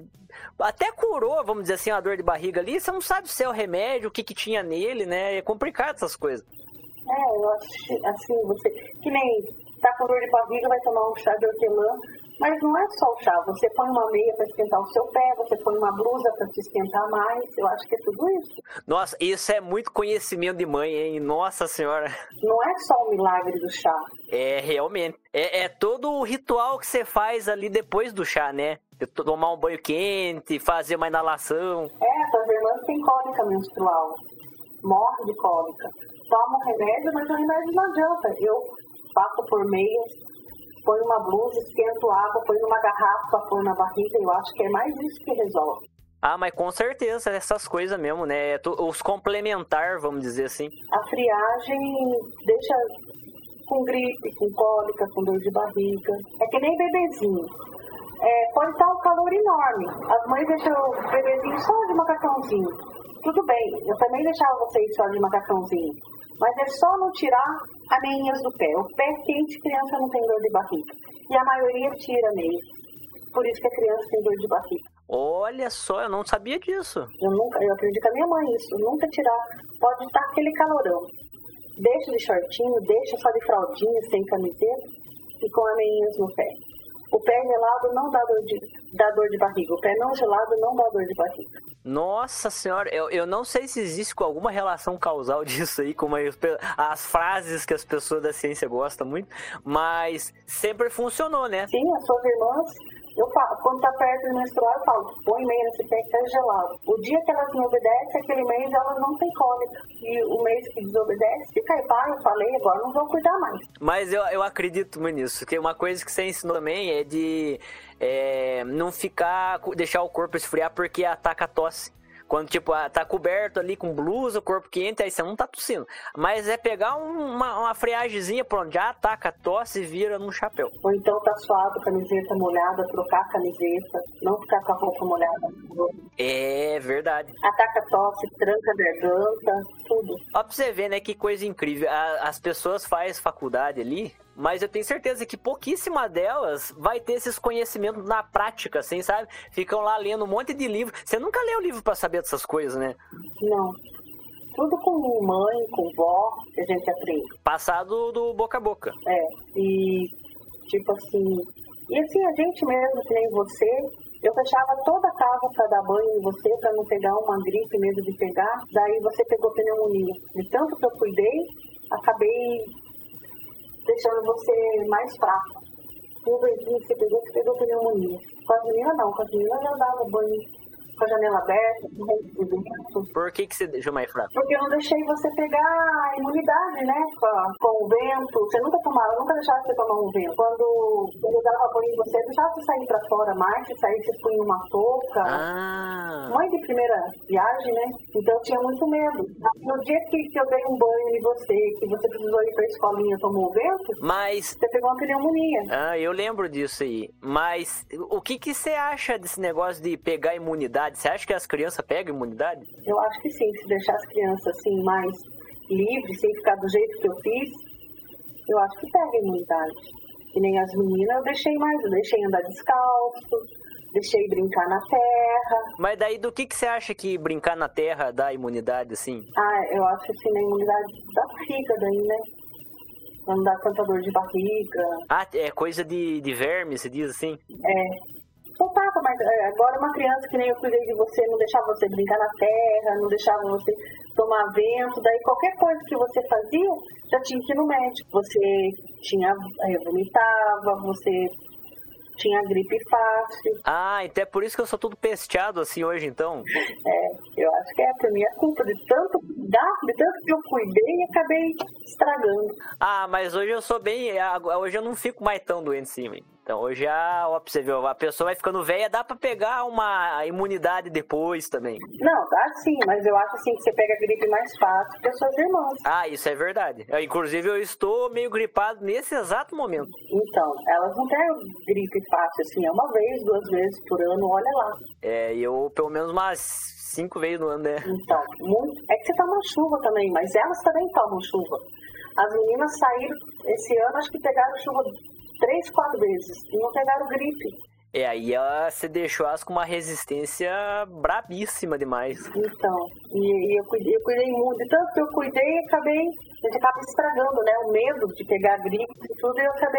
até curou, vamos dizer assim, a dor de barriga ali, você não sabe se é o remédio, o que tinha nele, né? É complicado essas coisas. Eu acho assim, você que nem tá com dor de barriga, vai tomar um chá de hortelã. Mas não é só o chá, você põe uma meia para esquentar o seu pé, você põe uma blusa para te esquentar mais, eu acho que é tudo isso. Nossa, isso é muito conhecimento de mãe, hein? Nossa Senhora. Não é só o milagre do chá. É, realmente. É todo o ritual que você faz ali depois do chá, né? Tomar um banho quente, fazer uma inalação. Suas irmãs têm cólica menstrual, morre de cólica. Toma um remédio, mas o remédio não adianta. Eu passo por meias, põe uma blusa, esquento água, põe numa garrafa, põe na barriga. Eu acho que é mais isso que resolve. Ah, mas com certeza, essas coisas mesmo, né? Os complementar, vamos dizer assim. A friagem deixa com gripe, com cólica, com dor de barriga. É que nem bebezinho. Pode estar um calor enorme. As mães deixam o bebezinho só de macacãozinho. Tudo bem, eu também deixava vocês só de macacãozinho. Mas é só não tirar as meinhas do pé. O pé quente, criança não tem dor de barriga. E a maioria tira meio. Por isso que a criança tem dor de barriga. Olha só, eu não sabia disso. Eu aprendi com a minha mãe isso. Nunca tirar. Pode estar aquele calorão. Deixa de shortinho, deixa só de fraldinha, sem camiseta e com as meinhas no pé. O pé gelado não dá dor de barriga. O pé não gelado não dá dor de barriga. Nossa Senhora, eu não sei se existe alguma relação causal disso aí, como as frases que as pessoas da ciência gostam muito, mas sempre funcionou, né? Sim, as suas irmãs, eu falo, quando tá perto de menstruar, eu falo, põe meia nesse pé que tá gelado. O dia que elas me obedecem, aquele mês elas não têm cólica. E o mês que desobedece, fica aí, pai, eu falei, agora não vou cuidar mais. Mas eu acredito muito nisso, porque uma coisa que você ensinou também é de não deixar o corpo esfriar porque ataca a tosse. Quando, tipo, tá coberto ali com blusa, corpo quente, aí você não tá tossindo. Mas é pegar uma friagemzinha, pronto, já ataca a tosse e vira num chapéu. Ou então tá suado, camiseta molhada, trocar a camiseta, não ficar com a roupa molhada. É verdade. Ataca a tosse, tranca a garganta, tudo. Ó, pra você ver, né, que coisa incrível. As pessoas fazem faculdade ali, mas eu tenho certeza que pouquíssima delas vai ter esses conhecimentos na prática, assim, sabe? Ficam lá lendo um monte de livro. Você nunca leu livro pra saber dessas coisas, né? Não. Tudo com mãe, com vó, que a gente aprende. Passado do boca a boca. E tipo assim... E assim, a gente mesmo, que nem você, eu fechava toda a casa pra dar banho em você, pra não pegar uma gripe, medo de pegar. Daí você pegou pneumonia. De tanto que eu cuidei, acabei deixando você mais fraco. E o beijinho que você pegou pneumonia. Com as meninas não, com as meninas eu dava banho com a janela aberta, com o vento. Por que você deixou mais fraco? Porque eu não deixei você pegar a imunidade, né? Com o vento. Você nunca deixava você tomar um vento. Quando eu dava banho em você, eu deixava você sair pra fora mais, você sair, você punha uma touca. Mãe de primeira viagem, né? Então eu tinha muito medo. No dia que eu dei um banho em você, que você precisou ir pra escolinha, tomou o vento, você pegou uma pneumonia. Eu lembro disso aí. Mas o que você acha desse negócio de pegar imunidade? imunidade. Você acha que as crianças pegam imunidade? Eu acho que sim, se deixar as crianças assim mais livres, sem ficar do jeito que eu fiz, eu acho que pega imunidade. Que nem as meninas, eu deixei andar descalço, deixei brincar na terra. Mas daí do que você acha que brincar na terra dá imunidade, assim? Eu acho assim, na imunidade da barriga daí, né? Não dá tanta dor de barriga. É coisa de verme, se diz assim? Soltava, mas agora uma criança que nem eu cuidei de você, não deixava você brincar na terra, não deixava você tomar vento, daí qualquer coisa que você fazia, já tinha que ir no médico. Você vomitava, você tinha gripe fácil. Então é por isso que eu sou todo pesteado assim hoje, então? Eu acho que por minha culpa, de tanto que eu cuidei e acabei estragando. Mas hoje eu sou bem... Hoje eu não fico mais tão doente assim, mãe. Então hoje, ó, pra você ver, a pessoa vai ficando velha, dá pra pegar uma imunidade depois também. Não, dá sim, mas eu acho assim que você pega a gripe mais fácil que as suas irmãs. Isso é verdade. Inclusive eu estou meio gripado nesse exato momento. Então, elas não pegam gripe fácil assim, é uma vez, 2 vezes por ano, olha lá. Eu pelo menos umas 5 vezes no ano, né? Então, é que você toma chuva também, mas elas também tomam chuva. As meninas saíram esse ano, acho que pegaram chuva 3, 4 vezes e não pegaram gripe. Aí você deixou elas com uma resistência brabíssima demais. Então, e eu cuidei muito, de tanto que eu cuidei, a gente acaba estragando, né? O medo de pegar gripe e tudo, e eu acabei,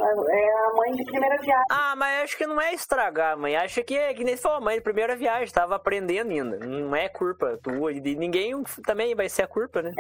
a mãe de primeira viagem. Mas acho que não é estragar, mãe, acho que que nem foi a mãe de primeira viagem, tava aprendendo ainda, não é culpa tua, e de ninguém também vai ser a culpa, né?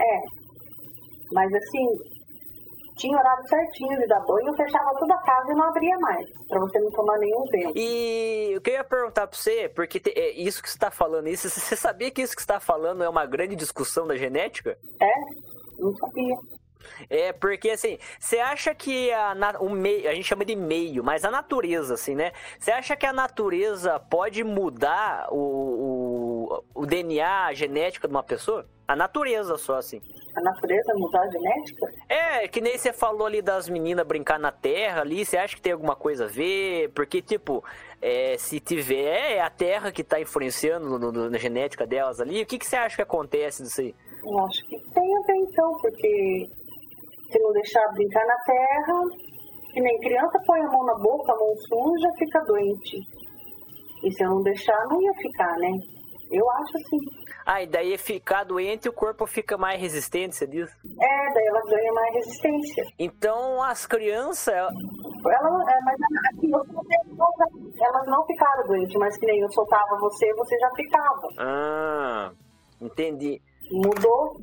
Mas assim, tinha horário certinho de dar banho, eu fechava toda a casa e não abria mais, pra você não tomar nenhum vento. E o que eu ia perguntar pra você, porque isso que você tá falando, você sabia que isso que você tá falando é uma grande discussão da genética? Não sabia. Porque assim, você acha que o meio, a gente chama de meio, mas a natureza, assim, né? Você acha que a natureza pode mudar o DNA, a genética de uma pessoa? A natureza só, assim. A natureza mudar a genética? Que nem você falou ali das meninas brincar na terra ali, você acha que tem alguma coisa a ver? Porque, tipo, se tiver, é a terra que tá influenciando na genética delas ali, o que você acha que acontece disso aí? Eu acho que tem a ver então, porque se não deixar brincar na terra, que nem criança põe a mão na boca, a mão suja, fica doente. E se eu não deixar, não ia ficar, né? Eu acho assim. E daí ficar doente, o corpo fica mais resistente, você diz? Daí ela ganha mais resistência. Então as crianças... Mas assim, elas não ficaram doentes, mas que nem eu soltava você já ficava. Entendi. Mudou.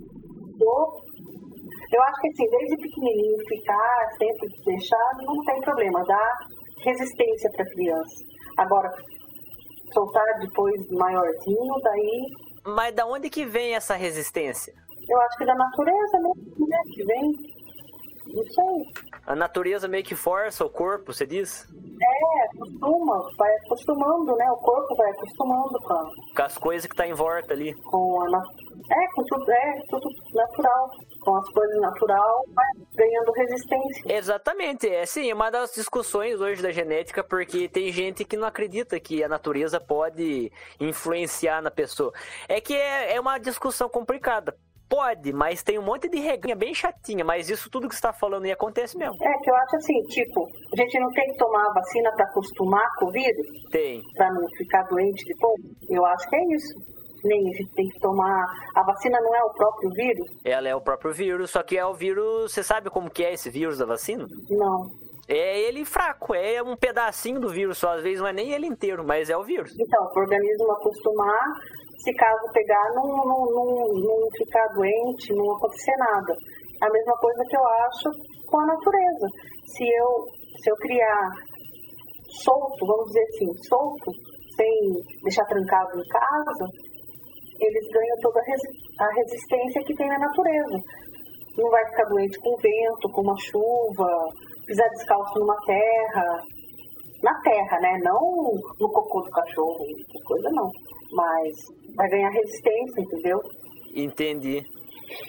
Eu acho que assim, desde pequenininho ficar, sempre deixar, não tem problema, dá resistência para criança. Agora, soltar depois maiorzinho, daí... Mas da onde que vem essa resistência? Eu acho que da natureza mesmo, né, que vem. Não sei. A natureza meio que força o corpo, você diz? Vai acostumando, né? O corpo vai acostumando com as coisas que tá em volta ali. Com tudo natural. Com as coisas natural, vai ganhando resistência. Exatamente, sim, uma das discussões hoje da genética, porque tem gente que não acredita que a natureza pode influenciar na pessoa. É uma discussão complicada. Pode, mas tem um monte de regrinha bem chatinha, mas isso tudo que você tá falando aí acontece mesmo. Que eu acho assim, tipo, a gente não tem que tomar a vacina pra acostumar com o vírus? Tem. Pra não ficar doente depois? Eu acho que é isso. Nem a gente tem que tomar... A vacina não é o próprio vírus? Ela é o próprio vírus, só que é o vírus... Você sabe como que é esse vírus da vacina? Não. É ele fraco, é um pedacinho do vírus, só às vezes não é nem ele inteiro, mas é o vírus. Então, para o organismo acostumar, se caso pegar, não ficar doente, não acontecer nada. A mesma coisa que eu acho com a natureza. Se eu criar solto, vamos dizer assim, solto, sem deixar trancado em casa, eles ganham toda a resistência que tem na natureza. Não vai ficar doente com vento, com uma chuva, pisar descalço numa terra. Na terra, né? Não no cocô do cachorro, que coisa não. Mas vai ganhar resistência, entendeu? Entendi.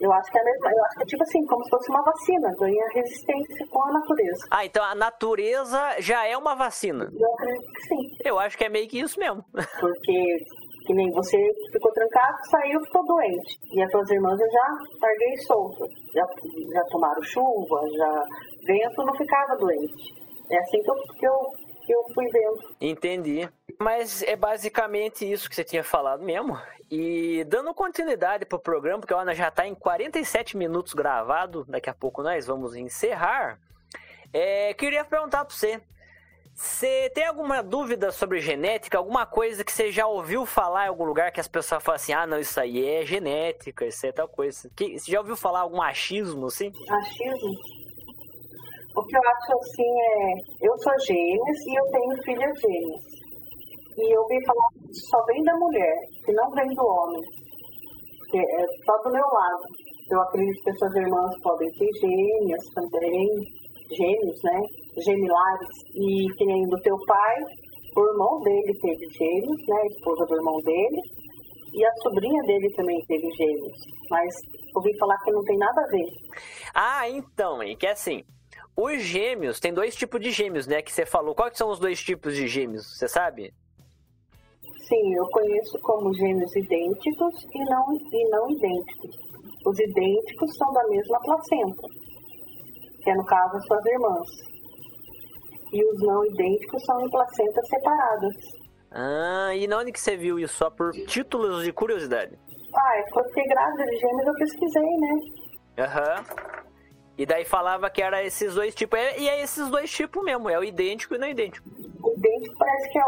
Eu acho que é a mesma, eu acho que é tipo assim, como se fosse uma vacina, ganha resistência com a natureza. Ah, então a natureza já é uma vacina. Eu acredito que sim, Eu acho que é meio que isso mesmo. porque que nem você ficou trancado, saiu, ficou doente. E as tuas irmãs eu já larguei solto. Já tomaram chuva, já vento, não ficava doente. É assim que eu fui vendo. Entendi. Mas é basicamente isso que você tinha falado mesmo. E dando continuidade pro programa, porque a Ana já tá em 47 minutos gravado, daqui a pouco nós vamos encerrar. Queria perguntar pra você. Você tem alguma dúvida sobre genética? Alguma coisa que você já ouviu falar em algum lugar que as pessoas falam assim, ah, não, isso aí é genética, isso é tal coisa. Você já ouviu falar algum achismo, assim? Achismo? O que eu acho assim eu sou gêmeas e eu tenho filhas gêmeas. E eu ouvi falar que só vem da mulher, que não vem do homem. Que é só do meu lado. Eu acredito que as suas irmãs podem ter gêmeas também, gêmeos, né? Gemilares. E que nem do teu pai, o irmão dele teve gêmeos, né? A esposa do irmão dele. E a sobrinha dele também teve gêmeos. Mas ouvi falar que não tem nada a ver. Ah, então, é que assim, os gêmeos, tem dois tipos de gêmeos, né, que você falou. Quais são os dois tipos de gêmeos, você sabe? Sim, eu conheço como gêmeos idênticos e não idênticos. Os idênticos são da mesma placenta, que é no caso as suas irmãs. E os não idênticos são em placentas separadas. Ah, e onde que você viu isso? Só por títulos de curiosidade? Ah, quando fiquei grávida de gêmeos eu pesquisei, né? Aham. E daí falava que era esses dois tipos. E é esses dois tipos mesmo, é o idêntico e não idêntico. O idêntico parece que é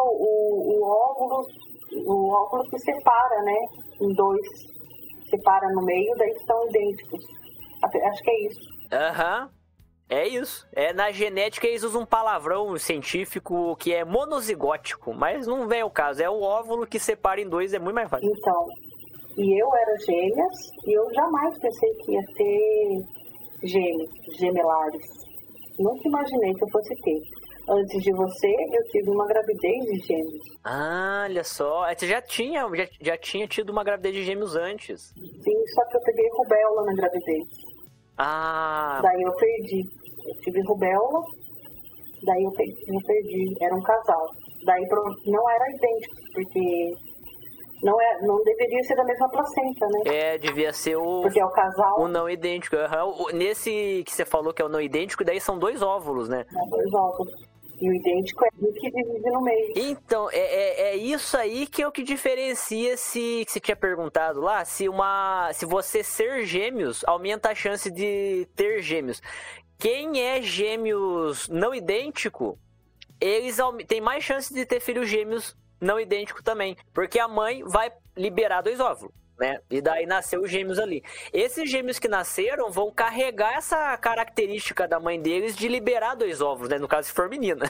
o óvulo que separa, né? Em dois. Separa no meio, daí são idênticos. Acho que é isso. Aham. É isso. Na genética eles usam um palavrão científico que é monozigótico, mas não vem ao caso. É o óvulo que separa em dois, é muito mais fácil. Então, e eu era gêmeas e eu jamais pensei que ia ter gemelares. Nunca imaginei que eu fosse ter. Antes de você, eu tive uma gravidez de gêmeos. Ah, olha só. Você já tinha tido uma gravidez de gêmeos antes. Sim, só que eu peguei rubéola na gravidez. Ah. Daí eu perdi. Eu tive rubéola, daí eu perdi. Era um casal. Daí não era idêntico, porque não deveria ser da mesma placenta, né? Devia ser porque é o casal. O não idêntico. Nesse que você falou que é o não idêntico, daí são dois óvulos, né? Dois óvulos. E o idêntico é o que vive no meio. Então, é isso aí que é o que diferencia que você tinha perguntado lá, se você ser gêmeos aumenta a chance de ter gêmeos. Quem é gêmeos não idêntico, eles têm mais chance de ter filhos gêmeos não idêntico também, porque a mãe vai liberar dois óvulos, né? E daí nasceu os gêmeos ali. Esses gêmeos que nasceram vão carregar essa característica da mãe deles de liberar dois óvulos, né? No caso, se for menina.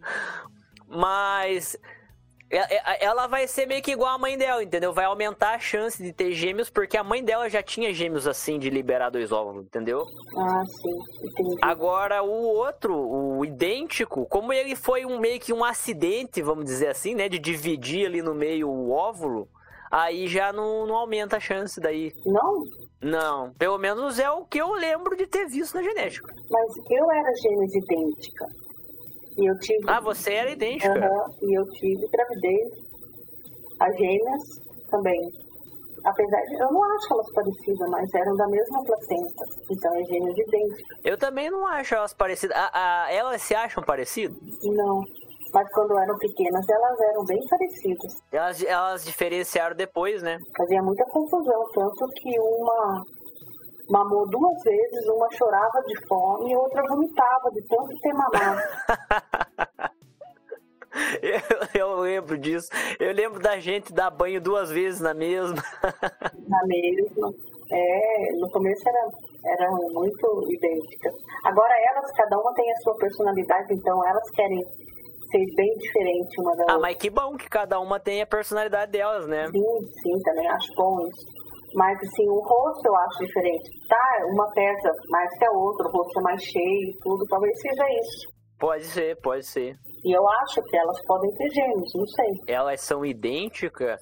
Mas ela vai ser meio que igual a mãe dela, entendeu? Vai aumentar a chance de ter gêmeos, porque a mãe dela já tinha gêmeos assim, de liberar dois óvulos, entendeu? Ah, sim, entendi. Agora, o outro, o idêntico, como ele foi meio que um acidente, vamos dizer assim, né? De dividir ali no meio o óvulo, aí já não aumenta a chance daí. Não? Não, pelo menos é o que eu lembro de ter visto na genética. Mas eu era gêmeos idêntica. E eu tive... Ah, você era idêntica? E eu tive gravidez. As gêmeas também. Apesar de... Eu não acho elas parecidas, mas eram da mesma placenta. Então é gêmeos idênticas. Eu também não acho elas parecidas. Elas se acham parecidas? Não. Mas quando eram pequenas, elas eram bem parecidas. Elas diferenciaram depois, né? Fazia muita confusão. Tanto que uma mamou 2 vezes, uma chorava de fome e outra vomitava de tanto ter mamado. Eu lembro disso. Eu lembro da gente dar banho 2 vezes na mesma. Na mesma. No começo eram muito idênticas. Agora elas, cada uma tem a sua personalidade, então elas querem ser bem diferente uma da outra. Mas que bom que cada uma tem a personalidade delas, né? Sim, também acho bom isso. Mas, assim, o rosto eu acho diferente. Tá, uma pesa mais que a outra, o rosto é mais cheio e tudo. Talvez seja isso. Pode ser. E eu acho que elas podem ter gêmeos, não sei. Elas são idênticas.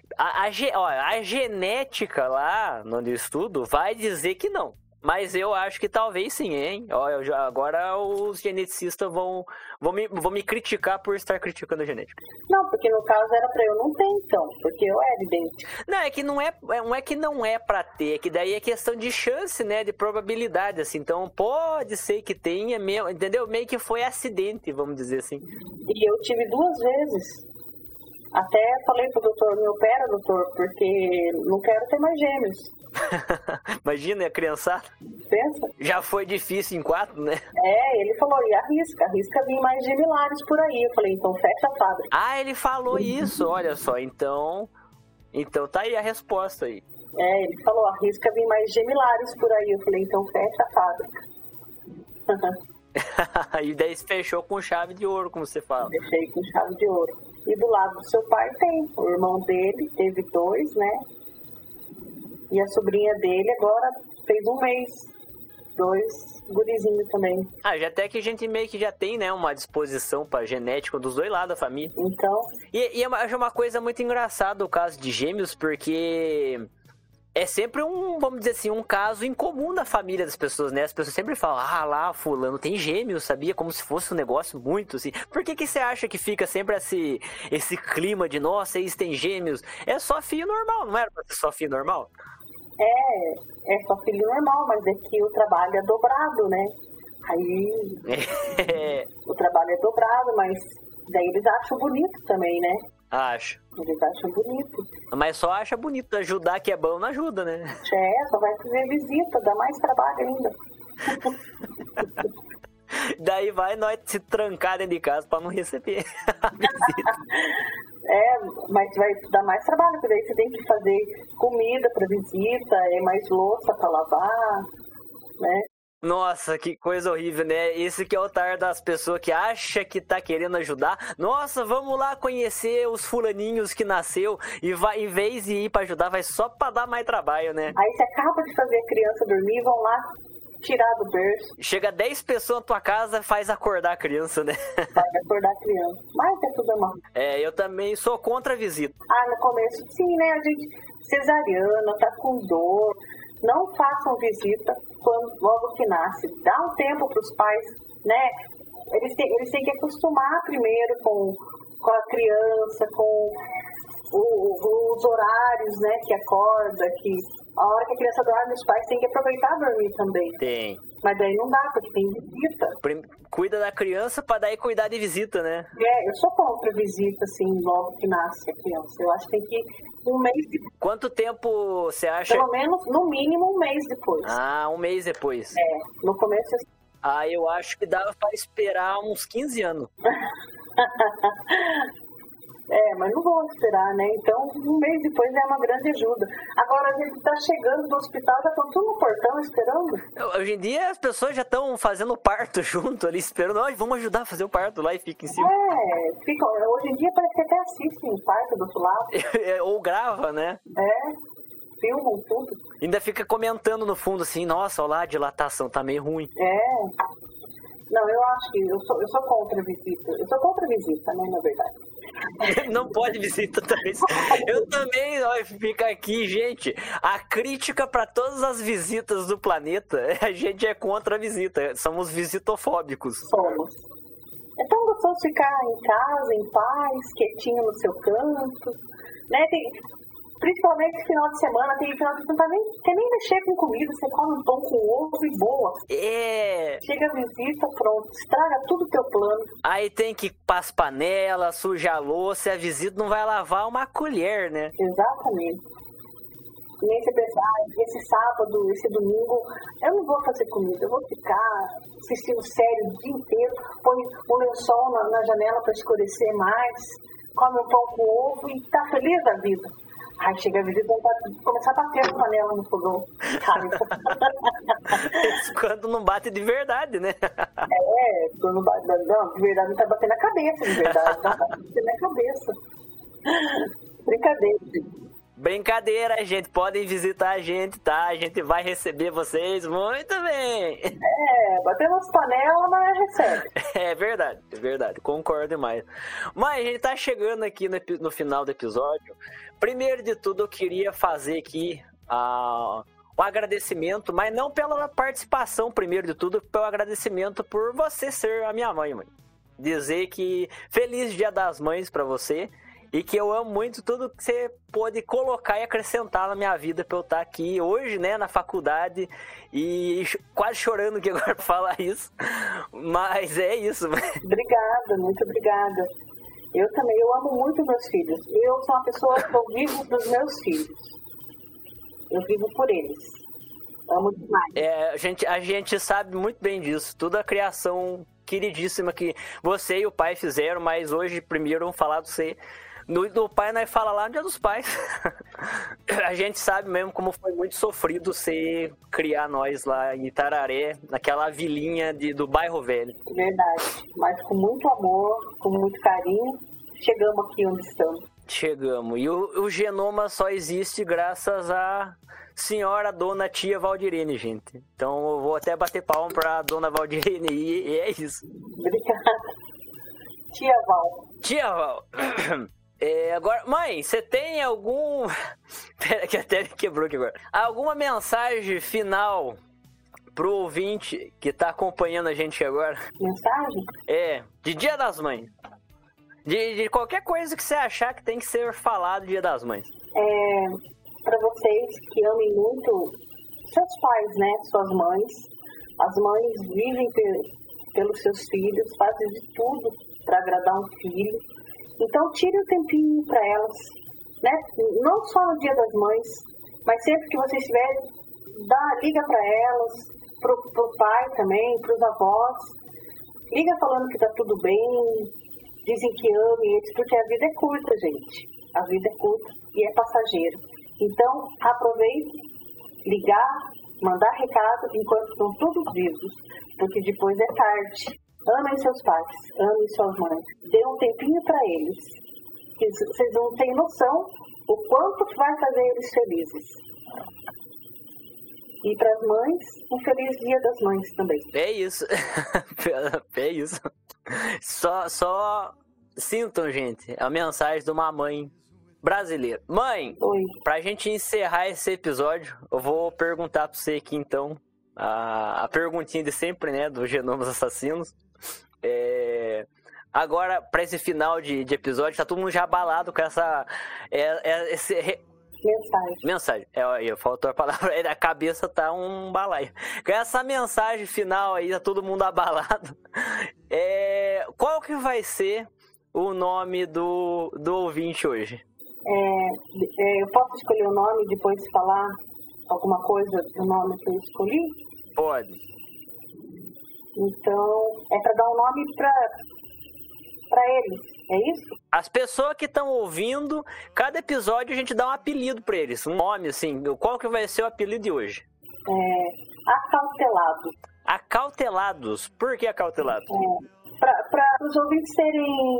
A genética lá no estudo vai dizer que não. Mas eu acho que talvez sim, hein? Agora os geneticistas vão me criticar por estar criticando a genética. Não, porque no caso era pra eu não ter, então. Porque eu era idêntico. Não, é que não é pra ter, é que daí é questão de chance, né? De probabilidade, assim. Então pode ser que tenha, entendeu? Meio que foi acidente, vamos dizer assim. E eu tive 2 vezes. Até falei pro doutor, me opera, doutor, porque não quero ter mais gêmeos. Imagina, a criançada. Pensa? Já foi difícil em 4, né? Ele falou, e arrisca vir mais gemilares por aí. Eu falei, então fecha a fábrica. Ah, ele falou isso, olha só, então tá aí a resposta aí. Ele falou, arrisca vir mais gemilares por aí. Eu falei, então fecha a fábrica. E daí se fechou com chave de ouro, como você fala. Fechei com chave de ouro. E do lado do seu pai tem, o irmão dele teve 2, né? E a sobrinha dele agora fez 1 mês. 2 gurizinhos também. Já até que a gente meio que já tem, né, uma disposição pra genética dos 2 lados da família. Então... E eu acho uma coisa muito engraçada o caso de gêmeos, porque é sempre vamos dizer assim, um caso incomum da família das pessoas, né? As pessoas sempre falam, lá, fulano tem gêmeos, sabia? Como se fosse um negócio muito assim. Por que você acha que fica sempre esse clima de, nossa, eles têm gêmeos? É só filho normal, não era pra ser só filho normal? É só filho normal, mas é que o trabalho é dobrado, né? Aí o trabalho é dobrado, mas daí eles acham bonito também, né? Acho. Eles acham bonito. Mas só acha bonito, ajudar que é bom não ajuda, né? Só vai fazer visita, dá mais trabalho ainda. Daí vai nós se trancar dentro de casa pra não receber a visita. Mas vai dar mais trabalho, porque daí você tem que fazer comida pra visita, mais louça pra lavar, né? Nossa, que coisa horrível, né? Esse que é o tar das pessoas que acha que tá querendo ajudar. Nossa, vamos lá conhecer os fulaninhos que nasceu e vai, em vez de ir pra ajudar, vai só pra dar mais trabalho, né? Aí você acaba de fazer a criança dormir, vão lá tirar do berço. Chega 10 pessoas na tua casa, faz acordar a criança, né? Faz acordar a criança. Mas é tudo mal. Eu também sou contra a visita. No começo sim, né? A gente cesariana, tá com dor. Não façam visita logo que nasce. Dá um tempo para os pais, né? Eles têm que acostumar primeiro com a criança, com os horários, né? Que acorda, que a hora que a criança dorme, os pais têm que aproveitar dormir também. Tem. Mas daí não dá, porque tem visita. Cuida da criança para daí cuidar de visita, né? Eu sou contra visita, assim, logo que nasce a criança. Eu acho que tem que ir 1 mês depois. Quanto tempo você acha? Pelo menos, no mínimo, 1 mês depois. 1 mês depois. No começo... Eu acho que dava para esperar uns 15 anos. Mas não vou esperar, né? Então, 1 mês depois é uma grande ajuda. Agora, a gente tá chegando no hospital, já estão tudo no portão esperando. Hoje em dia, as pessoas já estão fazendo parto junto ali, esperando. Vamos ajudar a fazer o parto lá e fica em cima. Hoje em dia parece que até assistem o parto do outro lado. Ou grava, né? Filmam tudo. Ainda fica comentando no fundo assim, nossa, olha lá, a dilatação tá meio ruim. Não, eu acho que eu sou contra a visita. Eu sou contra a visita, né, na verdade. Não pode visita também. Eu também, fica aqui, gente. A crítica para todas as visitas do planeta, a gente é contra a visita. Somos visitofóbicos. Somos. É tão gostoso ficar em casa, em paz, quietinho no seu canto, né? Principalmente final de semana, tem final de semana, quer nem mexer com comida, você come um pão com ovo e boa. Chega a visita, pronto, estraga tudo o teu plano. Aí tem que pôr as panelas, sujar a louça, e a visita não vai lavar uma colher, né? Exatamente. E nem você pensar, esse sábado, esse domingo, eu não vou fazer comida, eu vou ficar assistindo série o dia inteiro, põe um lençol na janela para escurecer mais, come um pão com ovo e tá feliz da vida. Aí chega a visita e começar a bater a panela no fogão. Isso quando não bate de verdade, né? Quando não bate, não, de verdade não tá batendo na cabeça, de verdade, tá batendo na cabeça. Brincadeira. Brincadeira, gente. Podem visitar a gente, tá? A gente vai receber vocês muito bem. Bater umas panelas, mas recebe. É verdade. Concordo demais. Mas a gente tá chegando aqui no final do episódio. Primeiro de tudo, eu queria fazer aqui um agradecimento, mas não pela participação, primeiro de tudo, pelo agradecimento por você ser a minha mãe. Dizer que feliz Dia das Mães pra você e que eu amo muito tudo que você pôde colocar e acrescentar na minha vida pra eu estar aqui hoje, né, na faculdade e quase chorando que agora pra falar isso, mas é isso. Obrigada, muito obrigada. Eu também, eu amo muito meus filhos. Eu sou uma pessoa que eu vivo dos meus filhos. Eu vivo por eles. Amo demais. A gente sabe muito bem disso. Toda a criação queridíssima que você e o pai fizeram, mas hoje primeiro vamos falar do você. Do pai nós fala lá no Dia dos Pais. A gente sabe mesmo como foi muito sofrido você criar nós lá em Itararé, naquela vilinha do bairro Velho. Verdade. Mas com muito amor, com muito carinho, chegamos aqui onde estamos. Chegamos. E o Genoma só existe graças à senhora dona tia Valdirene, gente. Então eu vou até bater palma pra dona Valdirene e é isso. Obrigada. Tia Val. Tia Val. Agora, mãe, você tem algum... Pera que até me quebrou aqui agora. Alguma mensagem final pro ouvinte que tá acompanhando a gente agora? Mensagem? De Dia das Mães. De qualquer coisa que você achar que tem que ser falado Dia das Mães. Para vocês que amem muito seus pais, né? Suas mães. As mães vivem pelos seus filhos, fazem de tudo para agradar um filho. Então tire um tempinho para elas, né? Não só no Dia das Mães, mas sempre que você estiver, liga para elas, pro pai também, pros avós. Liga falando que tá tudo bem. Dizem que amem eles, porque a vida é curta, gente. A vida é curta e é passageira. Então, aproveite, ligar, mandar recado enquanto estão todos vivos, porque depois é tarde. Amem seus pais, amem suas mães. Dê um tempinho para eles, que vocês não têm noção o quanto vai fazer eles felizes. E para as mães, um feliz Dia das Mães também. É isso. É isso. Só sintam, gente, a mensagem de uma mãe brasileira. Mãe, Oi. Pra gente encerrar esse episódio, eu vou perguntar pra você aqui, então, a perguntinha de sempre, né, do Genomas Assassinos. Agora, pra esse final de episódio, tá todo mundo já abalado com essa... Mensagem. Faltou a palavra. A cabeça tá um balaio. Com essa mensagem final aí, tá todo mundo abalado. Qual que vai ser o nome do ouvinte hoje? Eu posso escolher o nome e depois falar alguma coisa do nome que eu escolhi? Pode. Então, é para dar um nome para eles, é isso? As pessoas que estão ouvindo, cada episódio a gente dá um apelido para eles, um nome assim. Qual que vai ser o apelido de hoje? Acautelados. Acautelados. Por que acautelados? Para os ouvintes serem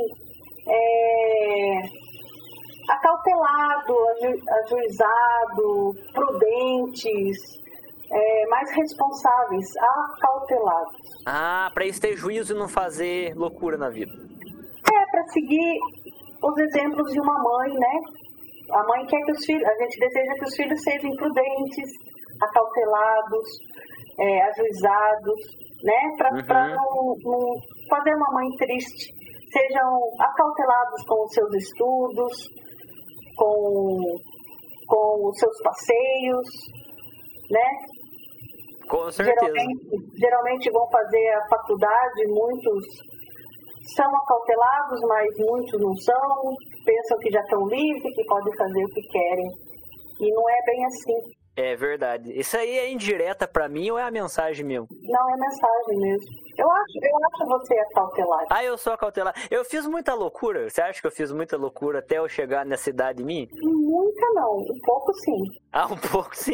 acautelados, ajuizados, prudentes, mais responsáveis, acautelados. Para eles ter juízo e não fazer loucura na vida. Para seguir os exemplos de uma mãe, né? A mãe quer que a gente deseja que os filhos sejam prudentes, acautelados, ajuizados, né? Para não fazer uma mãe triste. Sejam acautelados com os seus estudos, com os seus passeios, né? Com certeza. Geralmente vão fazer a faculdade, muitos são acautelados, mas muitos não são, pensam que já estão livres, que podem fazer o que querem. E não é bem assim. É verdade. Isso aí é indireta pra mim ou é a mensagem mesmo? Não, é mensagem mesmo. Eu acho você acautelado. Eu sou acautelado. Eu fiz muita loucura? Você acha que eu fiz muita loucura até eu chegar nessa idade minha? Muita não, um pouco sim. Um pouco sim.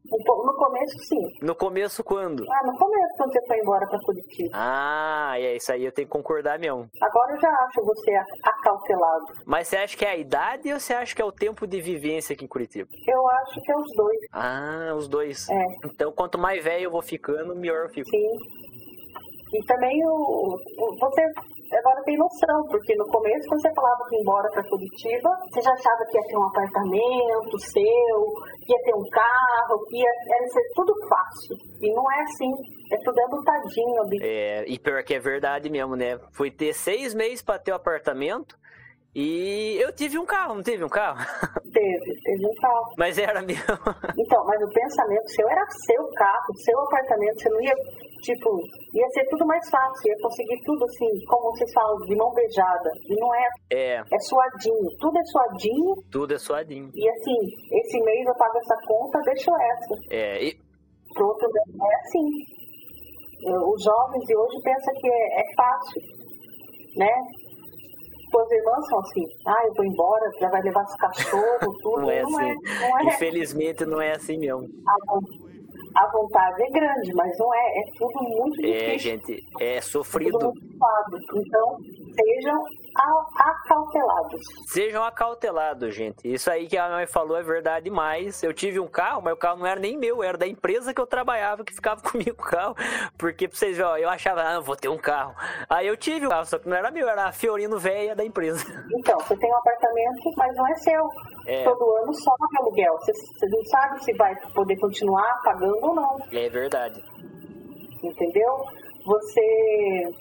No começo, sim. No começo, quando? No começo, quando você foi embora pra Curitiba. Isso aí eu tenho que concordar mesmo. Agora eu já acho você acautelado. Mas você acha que é a idade ou você acha que é o tempo de vivência aqui em Curitiba? Eu acho que é os dois. Os dois. É. Então, quanto mais velho eu vou ficando, melhor eu fico. Sim. E também você agora tem noção, porque no começo, quando você falava que ia embora para Curitiba, você já achava que ia ter um apartamento seu, que ia ter um carro, que ia ser tudo fácil. E não é assim, é tudo lutadinho ali. E pior que é verdade mesmo, né? Fui ter 6 meses para ter o apartamento e eu tive um carro, não teve um carro? Teve um carro. Mas era meu. Então, mas o pensamento seu era seu carro, seu apartamento, você não ia, ia ser tudo mais fácil, ia conseguir tudo assim, como vocês falam, de mão beijada. E não é. É suadinho, tudo é suadinho. Tudo é suadinho. E assim, esse mês eu pago essa conta, deixo essa. Pro outro mês é assim. Os jovens de hoje pensam que é fácil, né? Suas irmãs são assim, eu vou embora, já vai levar os cachorros, tudo. Não é assim. Não é. Infelizmente não é assim mesmo. A vontade é grande, mas não é. É tudo muito difícil. Gente, é sofrido. É tudo muito suado. Então, sejam acautelados. Sejam acautelados, gente. Isso aí que a mãe falou é verdade demais. Eu tive um carro, mas o carro não era nem meu, era da empresa que eu trabalhava, que ficava comigo o carro. Porque, pra vocês verem, eu achava, eu vou ter um carro. Aí eu tive um carro, só que não era meu, era a Fiorino velha da empresa. Então, você tem um apartamento, mas não é seu. Todo ano sobe aluguel. Você não sabe se vai poder continuar pagando ou não. É verdade. Entendeu? Você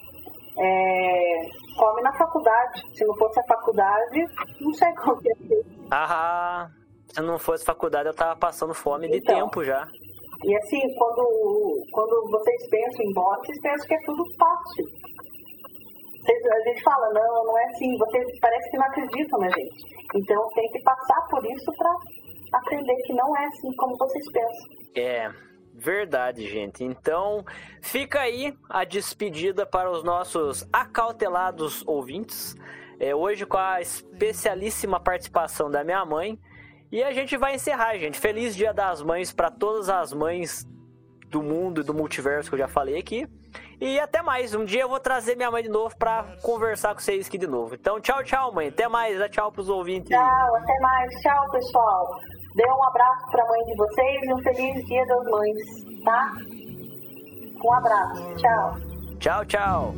come na faculdade. Se não fosse a faculdade, não sei como que ia ser. Se não fosse faculdade, eu tava passando fome de tempo já. E assim, quando vocês pensam em embora, vocês pensam que é tudo fácil. A gente fala, não é assim, vocês parece que não acreditam na gente. Então tem que passar por isso para aprender que não é assim como vocês pensam. Verdade, gente. Então, fica aí a despedida para os nossos acautelados ouvintes. Hoje com a especialíssima participação da minha mãe. E a gente vai encerrar, gente. Feliz Dia das Mães para todas as mães do mundo e do multiverso que eu já falei aqui. E até mais. Um dia eu vou trazer minha mãe de novo para conversar com vocês aqui de novo. Então, tchau, mãe. Até mais. Dá tchau pros ouvintes. Tchau, até mais. Tchau, pessoal. Dê um abraço para a mãe de vocês e um feliz Dia das Mães, tá? Um abraço. Tchau. Tchau.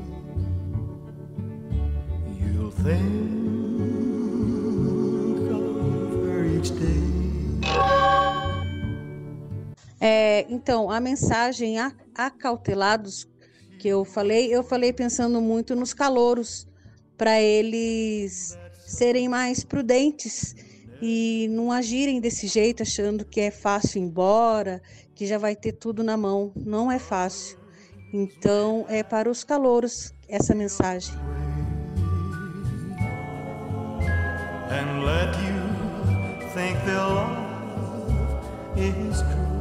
You'll think of her each day. Então, a mensagem acautelados que eu falei pensando muito nos calouros, para eles serem mais prudentes e não agirem desse jeito, achando que é fácil ir embora, que já vai ter tudo na mão. Não é fácil. Então, é para os calouros essa mensagem. And let you think their love is true.